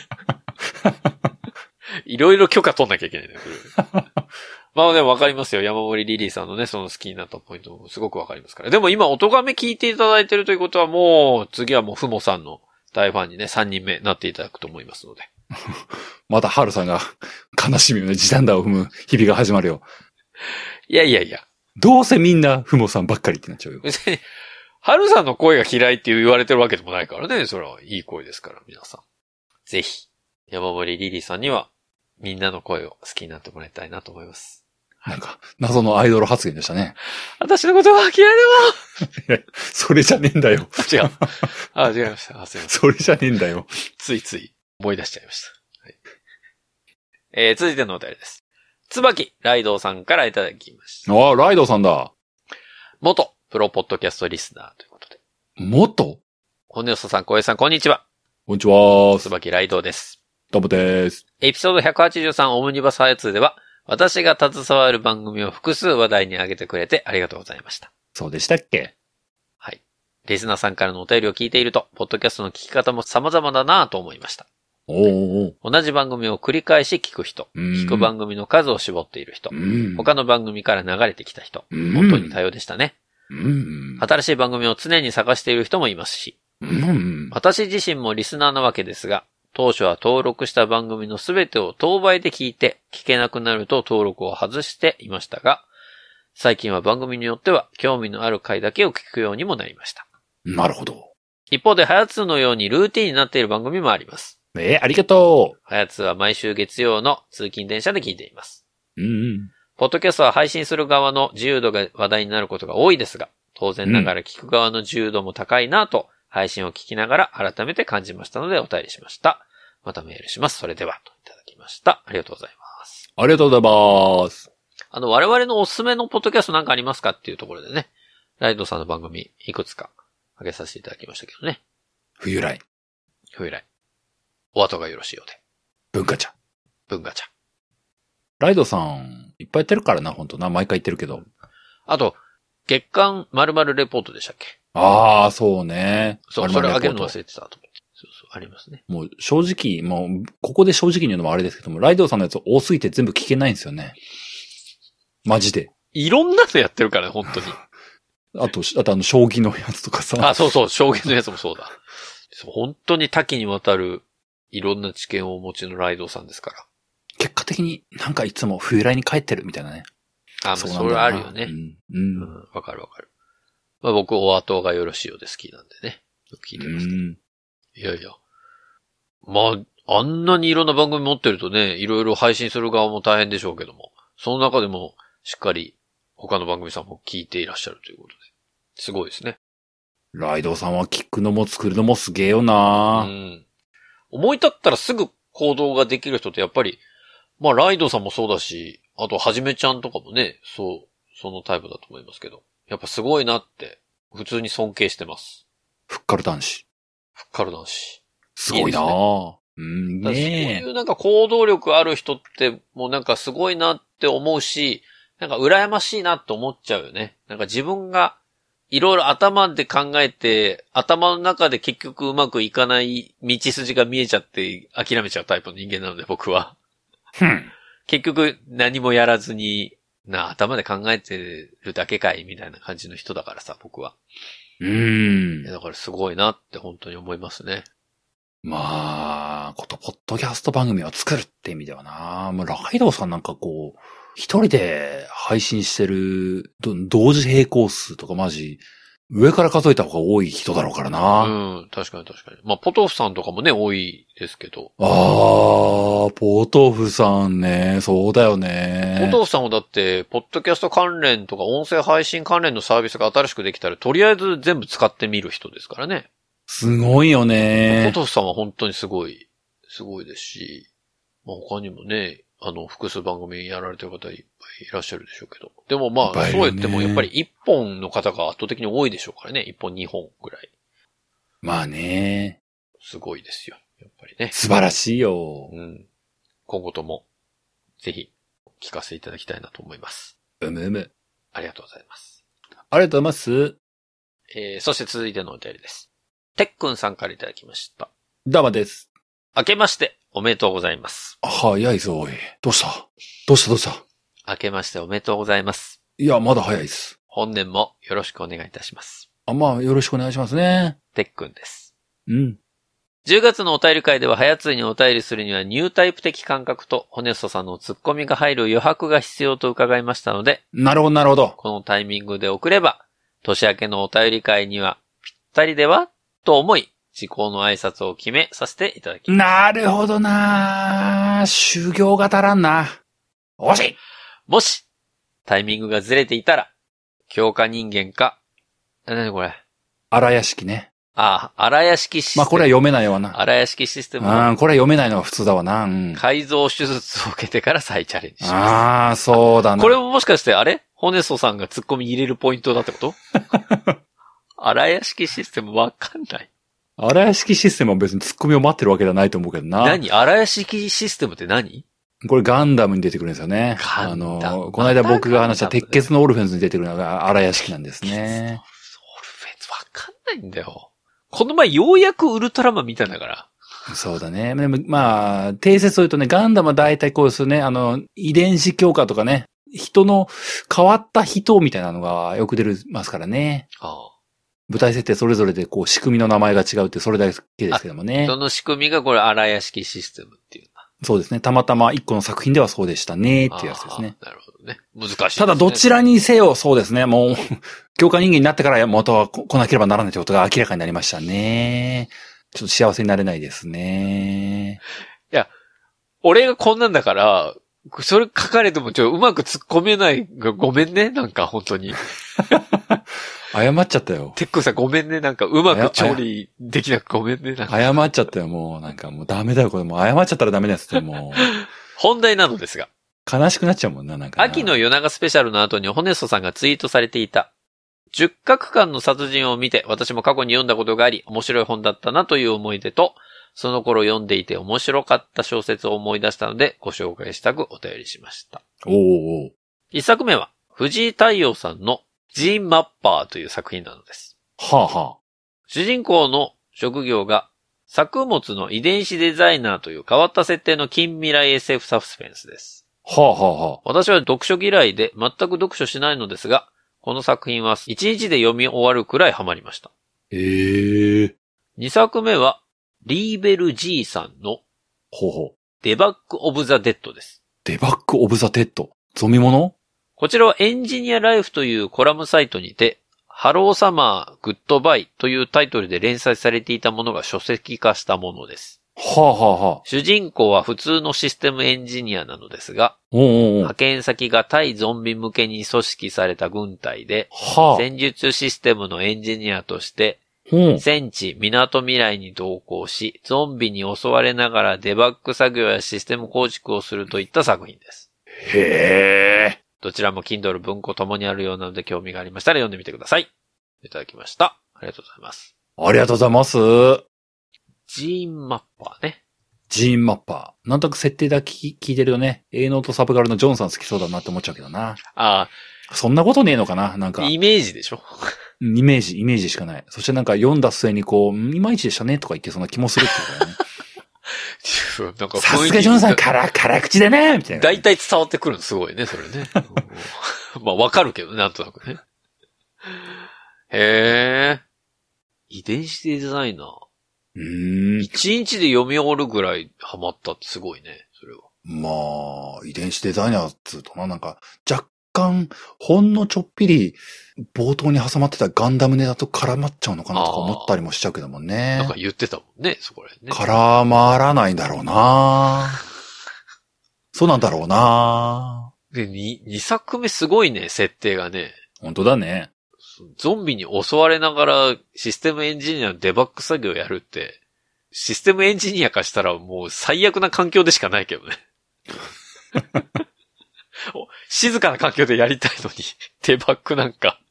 いろいろ許可取んなきゃいけないんだよ、それ。まあでもわかりますよ。山森リリーさんのね、その好きになったポイントもすごくわかりますから。でも今、音亀聞いていただいてるということはもう、次はもうふもさんの大ファンにね、3人目なっていただくと思いますので。 また、はるさんが悲しみの時短打を踏む日々が始まるよ。 いや。 どうせみんなふもさんばっかりってなっちゃうよ。 別に、はるさんの声が嫌いって言われてるわけでもないからね。それはいい声ですから、皆さん。ぜひ、 山森リリーさんには、みんなの声を好きになってもらいたいなと思います。 なんか、謎のアイドル発言でしたね。 私のことは嫌いだわそれじゃねえんだよ。 違う。違いました。すいません。 それじゃねえんだよ。 ついつい思い出しちゃいました。はい、続いてのお便りです。椿ライドウさんからいただきました。 ああ、ライドウさんだ。 元プロポッドキャストリスナーということで。 元骨吉さん、小江さん、こんにちは。 こんにちは。 椿ライドウです。 どうもです。 エピソード183オムニバスハヤツでは、私が携わる番組を複数話題に挙げてくれてありがとうございました。 そうでしたっけ？ はい。リスナーさんからのお便りを聞いていると、ポッドキャストの聞き方も様々だなぁと思いました。同じ番組を繰り返し聞く人、聞く番組の数を絞っている人、他の番組から流れてきた人、本当に多様でしたね。新しい番組を常に探している人もいますし、私自身もリスナーなわけですが、当初は登録した番組のすべてを当倍で聞いて、聞けなくなると登録を外していましたが、最近は番組によっては興味のある回だけを聞くようにもなりました。 なるほど。 一方で、はやつのようにルーティンになっている番組もあります。 ありがとう。 はやつは毎週月曜の通勤電車で聞いています。ポッドキャストは配信する側の自由度が話題になることが多いですが、当然ながら聞く側の自由度も高いなと、配信を聞きながら改めて感じましたのでお便りしました。またメールします。それでは、といただきました。ありがとうございます。 ありがとうございます。 我々のおすすめのポッドキャストなんかありますかっていうところでね、ライドさんの番組いくつかあげさせていただきましたけどね。 冬来。 お後がよろしいようで。 文化茶。ライドさん、いっぱいやってるからな、ほんとな。毎回言ってるけど。 あと、月刊〇〇レポートでしたっけ？ ああ、そうね。 そう、それあげるの忘れてたと思って。そう、ありますね。 もう正直、ここで正直に言うのもあれですけども、ライドさんのやつ多すぎて全部聞けないんですよね。マジで。 いろんなのやってるからね、本当に。 あと将棋のやつとかさ。 そう、将棋のやつもそうだ。そう、本当に多岐にわたる、いろんな知見をお持ちのライドさんですから。 結果的になんかいつも冬来に帰ってるみたいなね。 それはあるよね。わかる。僕、お後がよろしいようで好きなんでね。よく聞いてますけど。いや。あんなにいろんな番組持ってるとね、いろいろ配信する側も大変でしょうけども、その中でもしっかり他の番組さんも聞いていらっしゃるということで、すごいですね。 ライドさんは聞くのも作るのもすげえよな思い立ったらすぐ行動ができる人ってやっぱり、ライドさんもそうだし、あとはじめちゃんとかもね、そのタイプだと思いますけど、やっぱすごいなって、普通に尊敬してます。 ふっかる男子。 すごいなぁ。 そういうなんか行動力ある人ってもうなんかすごいなって思うし、なんか羨ましいなって思っちゃうよね。なんか自分がいろいろ頭で考えて、頭の中で結局うまくいかない道筋が見えちゃって諦めちゃうタイプの人間なので僕は。結局何もやらずに、頭で考えてるだけかいみたいな感じの人だからさ、僕は。だからすごいなって本当に思いますね。 ポッドキャスト番組を作るって意味ではな、ライドさんなんか一人で配信してる同時並行数とかマジ、上から数えた方が多い人だろうからな。 確かに。ポトフさんとかもね、多いですけど。 ポトフさんね、そうだよね。 ポトフさんもだって、ポッドキャスト関連とか音声配信関連のサービスが新しくできたら、とりあえず全部使ってみる人ですからね。 すごいよね。 ポトフさんは本当にすごいですし、他にもね、複数番組やられてる方いっぱいいらっしゃるでしょうけど。でもそうやってもやっぱり一本の方が圧倒的に多いでしょうからね。一本二本ぐらい。すごいですよ。やっぱりね。 素晴らしいよ。 今後とも、ぜひ、聞かせていただきたいなと思います。 ありがとうございます。 ありがとうございます。 そして続いてのお便りです。てっくんさんからいただきました。 どうもです。 明けましておめでとうございます。 早いぞ、おい。どうした明けましておめでとうございます。 いや、まだ早いです。 本年もよろしくお願いいたします。 よろしくお願いしますね。 てっくんです。 10 月のお便り会では、早ついにお便りするにはニュータイプ的感覚と、ホネストさんのツッコミが入る余白が必要と伺いましたので、 なるほど。 このタイミングで送れば、年明けのお便り会にはぴったりではと思い、 時効の挨拶を決めさせていただきます。 なるほどな。修行が足らんな。惜しい。 もし、タイミングがずれていたら、強化人間か、何これ。 荒屋敷ね。 あ、荒屋敷システム。 まあこれは読めないわな。 荒屋敷システム。 これは読めないのが普通だわな。 改造手術を受けてから再チャレンジします。 ああ、そうだな。 これももしかして、あれホネソさんが突っ込み入れるポイントだってこと荒屋敷システムわかんない。 荒屋敷システムは別に突っ込みを待ってるわけではないと思うけどな。 何荒屋敷システムって何？ これガンダムに出てくるんですよね。この間僕が話した鉄血のオルフェンズに出てくるのが荒屋敷なんですね。 オルフェンズわかんないんだよ。この前ようやくウルトラマン見たんだから。 そうだね。でもまあ、定説を言うとね、ガンダムは大体こうですね、遺伝子強化とかね、人の変わった人みたいなのがよく出ますからね。舞台設定それぞれでこう仕組みの名前が違うってそれだけですけどもね。 その仕組みがこれ荒屋敷システムっていう。 そうですね。たまたま一個の作品ではそうでしたねっていうやつですね。 なるほどね。難しいですね。 ただどちらにせよそうですね。もう、強化人間になってから元は来なければならないということが明らかになりましたね。ちょっと幸せになれないですね。 いや、俺がこんなんだから、それ書かれてもうまく突っ込めないがごめんね。なんか本当に。 謝っちゃったよ。 テックさんごめんね。なんかうまく調理できなくごめんね。 謝っちゃったよ。もうなんかもうダメだよ。これもう謝っちゃったらダメなやつってもう。 本題なのですが。 悲しくなっちゃうもんな、なんか。 秋の夜長スペシャルの後にホネストさんがツイートされていた。10画間の殺人を見て私も過去に読んだことがあり面白い本だったなという思い出と、その頃読んでいて面白かった小説を思い出したのでご紹介したくお便りしました。一作目は藤井太陽さんのジーンマッパーという作品なのです。主人公の職業が作物の遺伝子デザイナーという変わった設定の近未来 SF サスペンスです。私は読書嫌いで全く読書しないのですが、この作品は1日で読み終わるくらいハマりました。2作目はリーベル G さんのデバッグオブザデッドです。 デバッグオブザデッド？ゾンビもの？ こちらはエンジニアライフというコラムサイトにて、ハローサマーグッドバイというタイトルで連載されていたものが書籍化したものです。主人公は普通のシステムエンジニアなのですが、派遣先が対ゾンビ向けに組織された軍隊で、戦術システムのエンジニアとして、戦地、港未来に同行し、ゾンビに襲われながらデバッグ作業やシステム構築をするといった作品です。どちらも Kindle 文庫ともにあるようなので興味がありましたら読んでみてください。いただきました。ありがとうございます。 ありがとうございます。 ジーンマッパーね。 ジーンマッパー。なんとなく設定だけ聞いてるよね。Aノートサブカルのジョンさん好きそうだなって思っちゃうけどな。そんなことねえのかななんか。 イメージでしょイメージしかない。そしてなんか読んだ末にこう、いまいちでしたねとか言ってそんな気もするってことだよね。さすがジョンさん辛口でねみたいな。 大体伝わってくるのすごいね、それね。まあわかるけどね、なんとなくね。遺伝子デザイナー。一日で読み終わるぐらいハマったってすごいね、それは。 まあ、遺伝子デザイナーっつうとな、なんか、若干、ほんのちょっぴり、冒頭に挟まってたガンダムネタと絡まっちゃうのかなとか思ったりもしちゃうけどもね。 なんか言ってたもんね、そこら辺ね。 絡まらないんだろうなそうなんだろうなで、2作目すごいね、設定がね。 本当だね。 ゾンビに襲われながらシステムエンジニアのデバッグ作業をやるって、システムエンジニア化したらもう最悪な環境でしかないけどね。静かな環境でやりたいのに、デバッグなんか。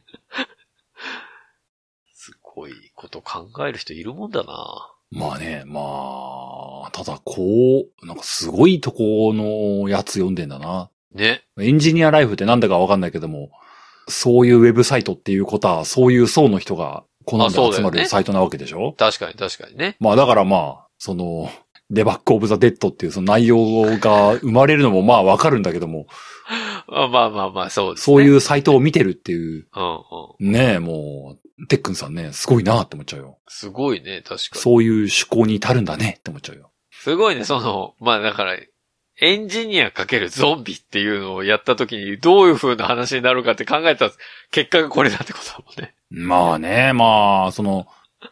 すごいこと考える人いるもんだな。 まあね、ただこう、なんかすごいとこのやつ読んでんだな。 ね。 エンジニアライフってなんだかわかんないけども、そういうウェブサイトっていうことは、そういう層の人が好んで集まるサイトなわけでしょ？ 確かにね。 まあだからその、デバッグオブザデッドっていうその内容が生まれるのもまあわかるんだけども。 まあ、そうですね。 そういうサイトを見てるっていう。ねえ、もう、てっくんさんね、すごいなって思っちゃうよ。 すごいね、確かに。 そういう趣向に至るんだねって思っちゃうよ。 すごいね、まあだから、エンジニアかけるゾンビっていうのをやった時にどういう風な話になるかって考えた結果がこれだってことだもんね。 まあね、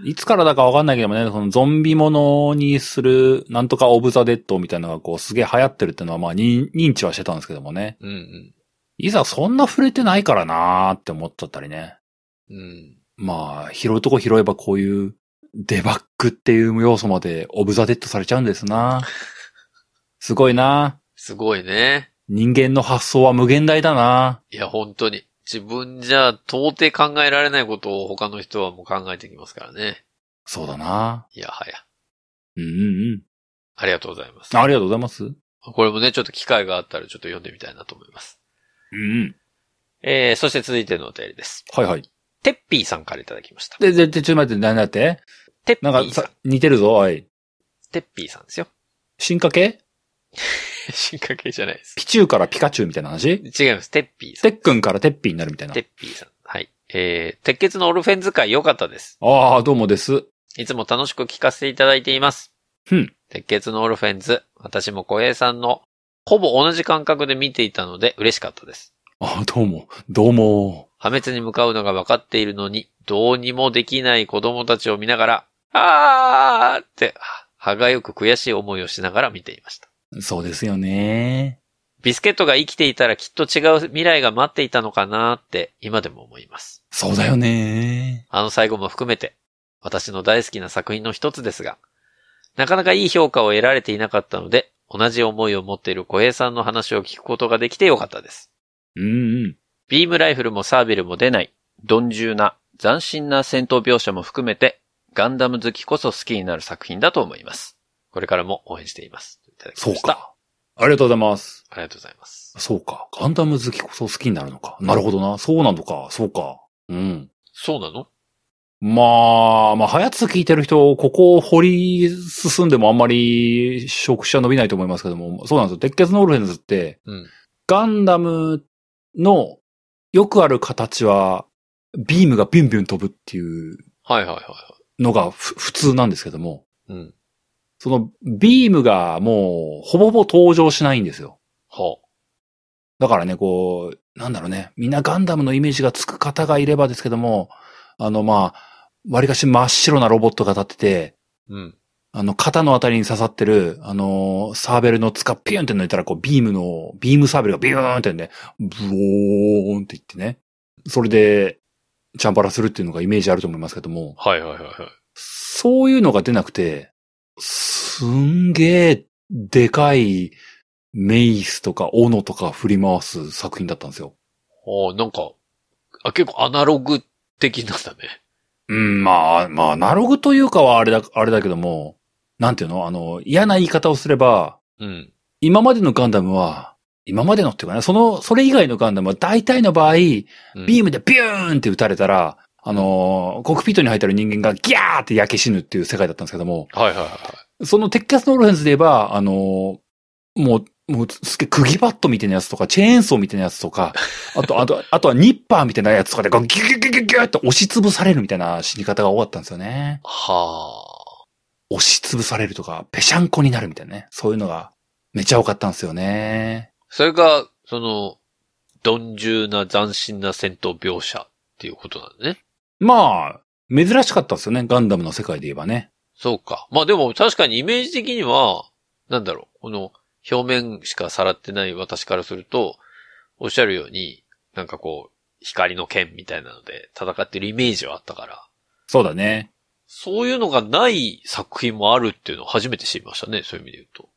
いつからだかわかんないけどもね、そのゾンビものにする、なんとかオブザ・デッドみたいなのがこうすげえ流行ってるっていうのはまあ認知はしてたんですけどもね。 うんうん。 いざそんな触れてないからなーって思っちゃったりね。 うん。 まあ、拾うとこ拾えばこういうデバッグっていう要素までオブザ・デッドされちゃうんですな。すごいな。 すごいね。 人間の発想は無限大だな。 いや、本当に。自分じゃ到底考えられないことを他の人はもう考えてきますからね。 そうだな。 いやはや。 うんうんうん。 ありがとうございます。 ありがとうございます。 これもね、ちょっと機会があったらちょっと読んでみたいなと思います。 うんそして続いてのお便りです。 はいはい。 てっぴーさんからいただきました。 ちょっと待って、何だっててっぴーさん。 なんかさ、似てるぞ、おい。 てっぴーさんですよ。 進化系進化系じゃないです。 ピチューからピカチュウみたいな話？ 違います。てっぴーさん。 てっくんからてっぴーになるみたいな。 てっぴーさん。はい。鉄血のオルフェン使い良かったです。 ああ、どうもです。 いつも楽しく聞かせていただいています。鉄血のオルフェンズ、私も小平さんのほぼ同じ感覚で見ていたので嬉しかったです。 ああ、どうも、どうも。 破滅に向かうのが分かっているのに、どうにもできない子供たちを見ながら、あーって、歯がゆく悔しい思いをしながら見ていました。 そうですよね。 ビスケットが生きていたらきっと違う未来が待っていたのかなって今でも思います。 そうだよね。 あの最後も含めて、私の大好きな作品の一つですが、なかなかいい評価を得られていなかったので、同じ思いを持っている小平さんの話を聞くことができてよかったです。ビームライフルもサーベルも出ない、鈍重な、斬新な戦闘描写も含めて、ガンダム好きこそ好きになる作品だと思います。これからも応援しています。いただきました。 そうか。ありがとうございます。 ありがとうございます。 そうか。ガンダム好きこそ好きになるのか。なるほどな。そうなのか。そうか。うん。 そうなの？ まあ、早津聞いてる人、ここを掘り進んでもあんまり触手は伸びないと思いますけども、そうなんですよ。鉄血のオルフェンズって、ガンダムのよくある形は、ビームがビュンビュン飛ぶっていうのが普通なんですけども、そのビームがもうほぼほぼ登場しないんですよ。だからね、こう、なんだろうね、みんなガンダムのイメージがつく方がいればですけども、割かし真っ白なロボットが立ってて、肩のあたりに刺さってる、サーベルのツカピューンって抜いたら、こう、ビームサーベルがビューンってね、ブオーンって言ってね、それで、チャンバラするっていうのがイメージあると思いますけども、そういうのが出なくて、すんげーでかいメイスとかオノとか振り回す作品だったんですよ。 なんか、結構アナログ的なんだね。 まあ、アナログというかはあれだけども、なんていうの？嫌な言い方をすれば、今までのガンダムは、今までのっていうかね、それ以外のガンダムは大体の場合、ビームでビューンって撃たれたら、コックピットに入ってる人間がギャーって焼け死ぬっていう世界だったんですけども、その鉄血のオルフェンズで言えば、もうすげえ釘バットみたいなやつとか、チェーンソーみたいなやつとか、あとはニッパーみたいなやつとかで、ギュギュギュギュギュって押しつぶされるみたいな死に方が多かったんですよね。押しつぶされるとか、ぺしゃんこになるみたいなね。そういうのがめちゃ多かったんですよね。 それが、鈍重な斬新な戦闘描写っていうことなんだね。 まあ、珍しかったですよね。ガンダムの世界で言えばね。 そうか。まあでも確かにイメージ的には、なんだろう、この表面しかさらってない私からすると、おっしゃるように、なんかこう、光の剣みたいなので戦ってるイメージはあったから。 そうだね。 そういうのがない作品もあるっていうのを初めて知りましたね。そういう意味で言うと。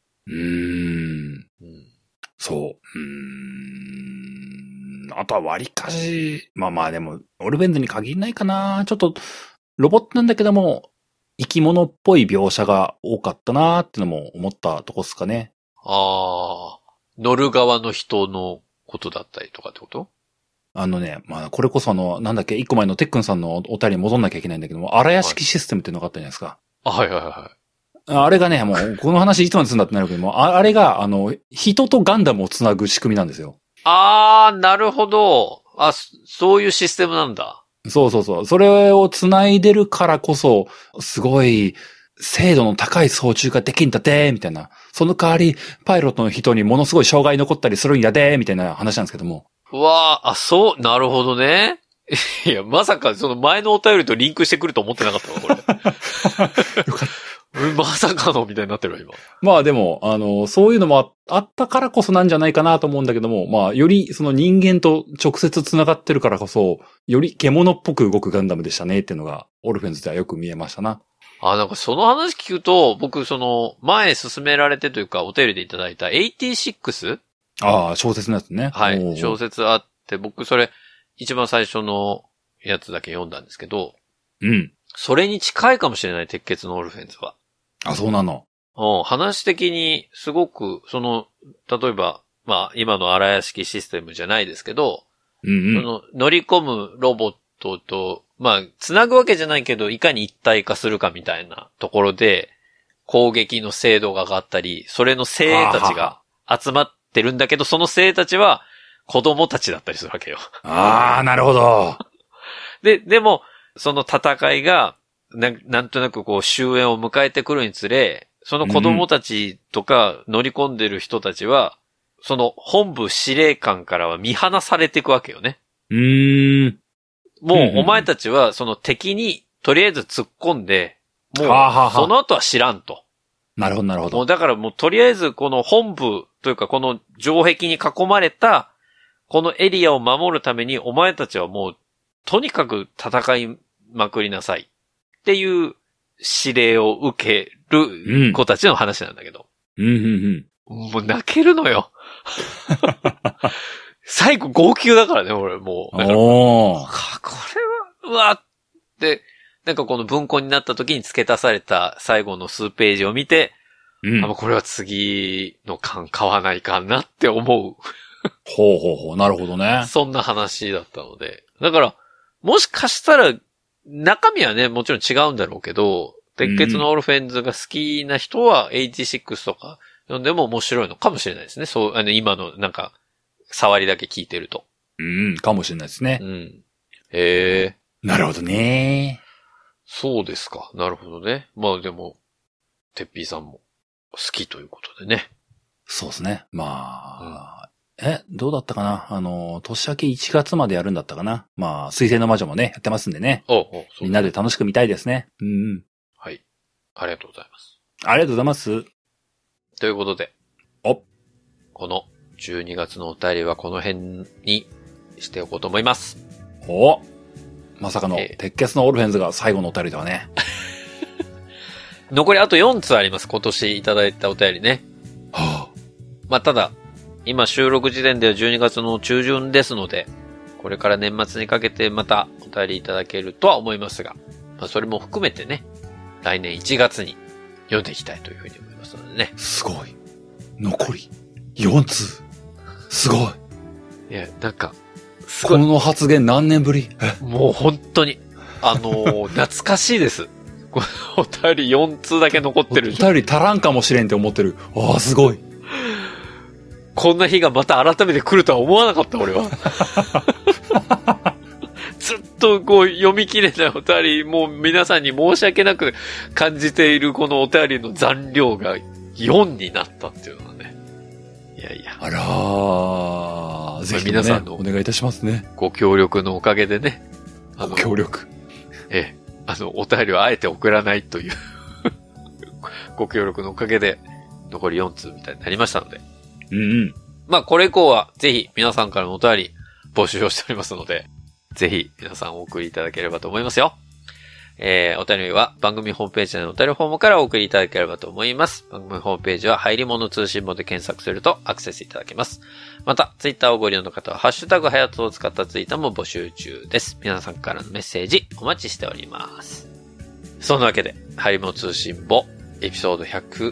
そう。あとは割かし、まあでも、オルベンズに限らないかな。ちょっと、ロボットなんだけども、生き物っぽい描写が多かったなーってのも思ったとこっすかね。 乗る側の人のことだったりとかってこと？ これこそなんだっけ、一個前のテックンさんのお便りに戻んなきゃいけないんだけども、荒屋敷システムっていうのがあったじゃないですか。あれがね、もう、この話いつまですんだってなるけども、あれが、人とガンダムをつなぐ仕組みなんですよ。 なるほど。そういうシステムなんだ。 そう。それを繋いでるからこそ、すごい、精度の高い操縦ができんだで、みたいな。その代わり、パイロットの人にものすごい障害残ったりするんやで、みたいな話なんですけども。 なるほどね。 いや、まさかその前のお便りとリンクしてくると思ってなかったわ、これ。よかった。まさかのみたいになってるわ、今。 まあでも、そういうのもあったからこそなんじゃないかなと思うんだけども、まあ、よりその人間と直接繋がってるからこそ、より獣っぽく動くガンダムでしたねっていうのが、オルフェンズではよく見えましたな。 なんかその話聞くと、僕前進められてというか、お便りでいただいた86？ 小説のやつね。 はい。小説あって、僕それ、一番最初のやつだけ読んだんですけど、 うん。 それに近いかもしれない、鉄血のオルフェンズは。 そうなの。 話的にすごく、例えば、まあ、今の荒屋敷システムじゃないですけど、 うんうん、 乗り込むロボットと、まあ、繋ぐわけじゃないけど、いかに一体化するかみたいなところで、攻撃の精度が上がったり、それの精鋭たちが集まってるんだけど、その精鋭たちは子供たちだったりするわけよ。 なるほど。 でも、その戦いが、なんとなくこう終焉を迎えてくるにつれ、その子供たちとか乗り込んでる人たちは、その本部司令官からは見放されていくわけよね。もうお前たちはその敵にとりあえず突っ込んで、もうその後は知らんと。 なるほど、なるほど。 もうだからもうとりあえずこの本部というかこの城壁に囲まれたこのエリアを守るためにお前たちはもうとにかく戦いまくりなさいっていう指令を受ける子たちの話なんだけど。もう泣けるのよ。最後号泣だからね、俺もう。これは、うわって、なんかこの文庫になった時に付け足された最後の数ページを見て、これは次の巻買わないかなって思う。 なるほどね。 そんな話だったので。だから、もしかしたら、中身はね、もちろん違うんだろうけど、鉄血のオルフェンズが好きな人は、86とか読んでも面白いのかもしれないですね。そう、今のなんか、触りだけ聞いてると。 かもしれないですね。 なるほどね。 そうですか。なるほどね。まあでも、てっぴーさんも好きということでね。 そうですね。まあ、どうだったかな年明け1月までやるんだったかな。まあ、水星の魔女もね、やってますんでね。みんなで楽しく見たいですね。 はい。ありがとうございます。 ありがとうございます。 ということで。この12月のお便りはこの辺にしておこうと思います。 まさかの、鉄血のオルフェンズが最後のお便りではね。 残りあと4つあります。今年いただいたお便りね。まあ、ただ、今収録時点では12月の中旬ですので、これから年末にかけてまたお便りいただけるとは思いますが、まあ、それも含めてね、来年1月に読んでいきたいというふうに思いますのでね。 すごい。残り4通。すごい。 いや、なんか、 この発言何年ぶり？ もう本当に、懐かしいです。このお便り4通だけ残ってる。 お便り足らんかもしれんって思ってる。すごい。 こんな日がまた改めて来るとは思わなかった、俺は。ずっとこう読み切れないお便り、もう皆さんに申し訳なく感じているこのお便りの残量が4になったっていうのはね。いやいや。 ぜひ、ね、皆さんのお願いいたしますね。 ご協力のおかげでね。 ご協力。 お便りをあえて送らないというご協力のおかげで残り4通みたいになりましたので。まあこれ以降はぜひ皆さんからのお便り募集をしておりますので、ぜひ皆さんお送りいただければと思いますよ。お便りは番組ホームページのお便りフォームからお送りいただければと思います。番組ホームページは入り物通信簿で検索するとアクセスいただけます。また、ツイッターをご利用の方はハッシュタグはやつを使ったツイートも募集中です。皆さんからのメッセージお待ちしております。そんなわけで、入り物通信簿エピソード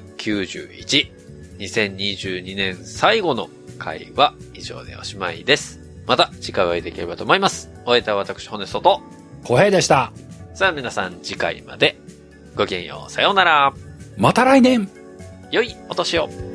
191、2022年最後の回は以上でおしまいです。また次回お会いできればと思います。お相手は私、ホネストと小平でした。 さあ皆さん次回までごきげんよう。さようなら。 また来年。 良いお年を。